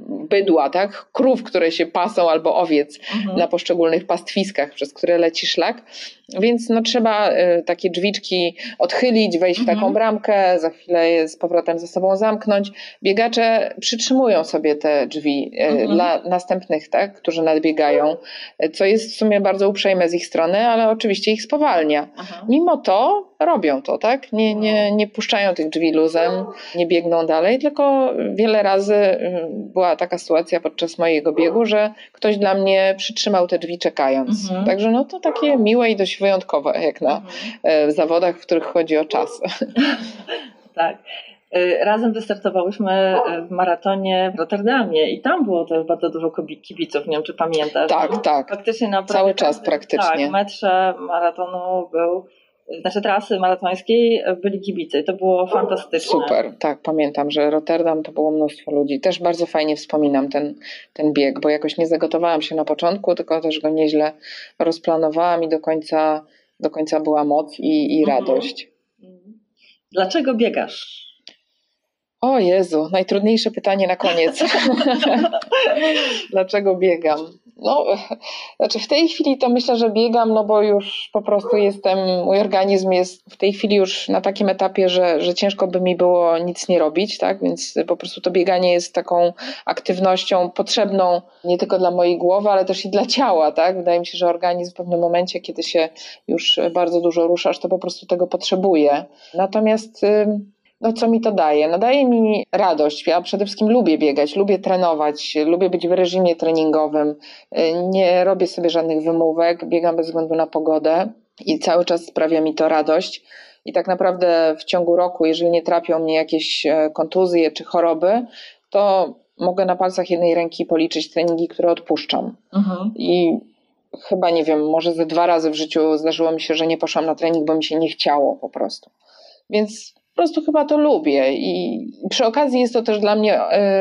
bydła, tak? Krów, które się pasą albo owiec na poszczególnych pastwiskach, przez które leci szlak. tak? Więc no trzeba takie drzwiczki odchylić, wejść w taką bramkę, za chwilę je z powrotem ze sobą zamknąć. Biegacze przytrzymują sobie te drzwi dla następnych, tak, którzy nadbiegają, co jest w sumie bardzo uprzejme z ich strony, ale oczywiście ich spowalnia. Mimo to robią to, tak? Nie puszczają tych drzwi luzem, nie biegną dalej, tylko wiele razy była taka sytuacja podczas mojego biegu, że ktoś dla mnie przytrzymał te drzwi czekając. Także no to takie miłe i dość wyjątkowe, jak na zawodach, w których chodzi o czas. Tak. Razem wystartowałyśmy w maratonie w Rotterdamie i tam było też bardzo dużo kibiców, nie wiem czy pamiętasz. Tak. Faktycznie cały czas praktycznie. Tak, w metrze maratonu trasy maratońskiej byli kibice i to było fantastyczne. Super, tak, pamiętam, że Rotterdam to było mnóstwo ludzi. Też bardzo fajnie wspominam ten bieg, bo jakoś nie zagotowałam się na początku, tylko też go nieźle rozplanowałam i do końca była moc i radość. Dlaczego biegasz? O Jezu, najtrudniejsze pytanie na koniec. Dlaczego biegam? No, znaczy w tej chwili to myślę, że biegam, no bo już po prostu mój organizm jest w tej chwili już na takim etapie, że ciężko by mi było nic nie robić, tak? Więc po prostu to bieganie jest taką aktywnością potrzebną nie tylko dla mojej głowy, ale też i dla ciała, tak? Wydaje mi się, że organizm w pewnym momencie, kiedy się już bardzo dużo ruszasz, to po prostu tego potrzebuje. Natomiast no co mi to daje? No daje mi radość. Ja przede wszystkim lubię biegać, lubię trenować, lubię być w reżimie treningowym. Nie robię sobie żadnych wymówek, biegam bez względu na pogodę i cały czas sprawia mi to radość. I tak naprawdę w ciągu roku, jeżeli nie trapią mnie jakieś kontuzje czy choroby, to mogę na palcach jednej ręki policzyć treningi, które odpuszczam. I chyba, nie wiem, może ze 2 razy w życiu zdarzyło mi się, że nie poszłam na trening, bo mi się nie chciało po prostu. Więc po prostu chyba to lubię i przy okazji jest to też dla mnie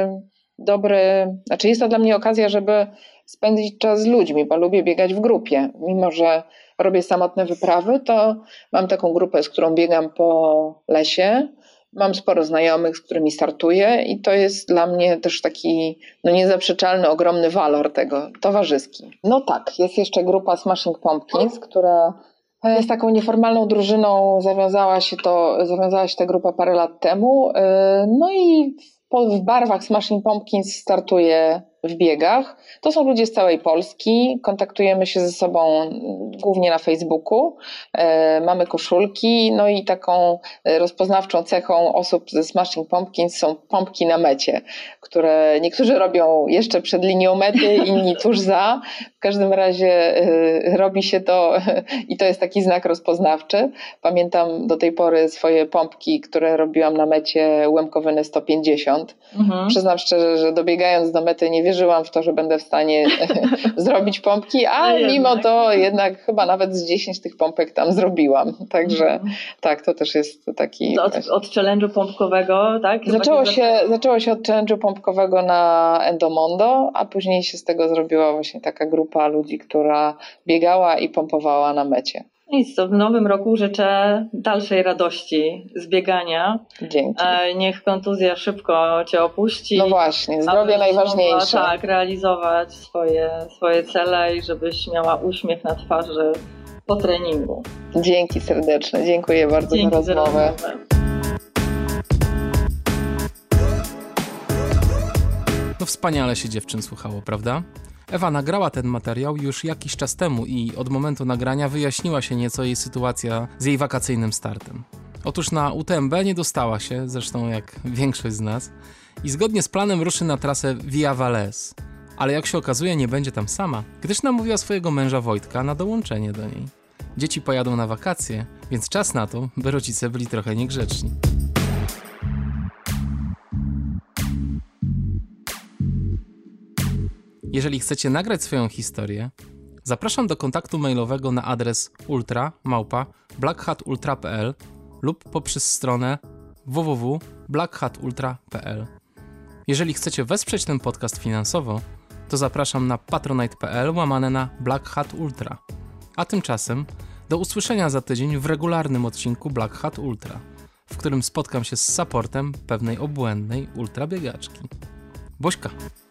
jest to dla mnie okazja, żeby spędzić czas z ludźmi, bo lubię biegać w grupie. Mimo że robię samotne wyprawy, to mam taką grupę, z którą biegam po lesie. Mam sporo znajomych, z którymi startuję i to jest dla mnie też taki niezaprzeczalny, ogromny walor tego, towarzyski. No tak, jest jeszcze grupa Smashing Pumpkins, która z taką nieformalną drużyną zawiązała się ta grupa parę lat temu. No i w barwach Smashing Pumpkins startuję w biegach. To są ludzie z całej Polski. Kontaktujemy się ze sobą głównie na Facebooku. Mamy koszulki. No i taką rozpoznawczą cechą osób ze Smashing Pumpkins są pompki na mecie, które niektórzy robią jeszcze przed linią mety, inni tuż za. W każdym razie robi się to i to jest taki znak rozpoznawczy. Pamiętam do tej pory swoje pompki, które robiłam na mecie Łemkoweny 150. Przyznam szczerze, że dobiegając do mety nie wierzyłam w to, że będę w stanie zrobić pompki, a mimo to jednak chyba nawet z 10 tych pompek tam zrobiłam. Także tak, to też jest taki... Od challenge'u pompkowego, tak? Zaczęło się od challenge'u pompkowego na Endomondo, a później się z tego zrobiła właśnie taka grupa ludzi, która biegała i pompowała na mecie. Nic, to w nowym roku życzę dalszej radości z biegania. Dzięki. Niech kontuzja szybko cię opuści. No właśnie, zdrowie najważniejsze. Tak, realizować swoje cele i żebyś miała uśmiech na twarzy po treningu. Dzięki serdeczne, dziękuję bardzo za rozmowę. No wspaniale się dziewczyn słuchało, prawda? Ewa nagrała ten materiał już jakiś czas temu i od momentu nagrania wyjaśniła się nieco jej sytuacja z jej wakacyjnym startem. Otóż na UTMB nie dostała się, zresztą jak większość z nas, i zgodnie z planem ruszy na trasę Via Valais. Ale jak się okazuje, nie będzie tam sama, gdyż namówiła swojego męża Wojtka na dołączenie do niej. Dzieci pojadą na wakacje, więc czas na to, by rodzice byli trochę niegrzeczni. Jeżeli chcecie nagrać swoją historię, zapraszam do kontaktu mailowego na adres ultra@blackhatultra.pl lub poprzez stronę www.blackhatultra.pl. Jeżeli chcecie wesprzeć ten podcast finansowo, to zapraszam na patronite.pl/blackhatultra. A tymczasem do usłyszenia za tydzień w regularnym odcinku Black Hat Ultra, w którym spotkam się z supportem pewnej obłędnej ultrabiegaczki. Buźka!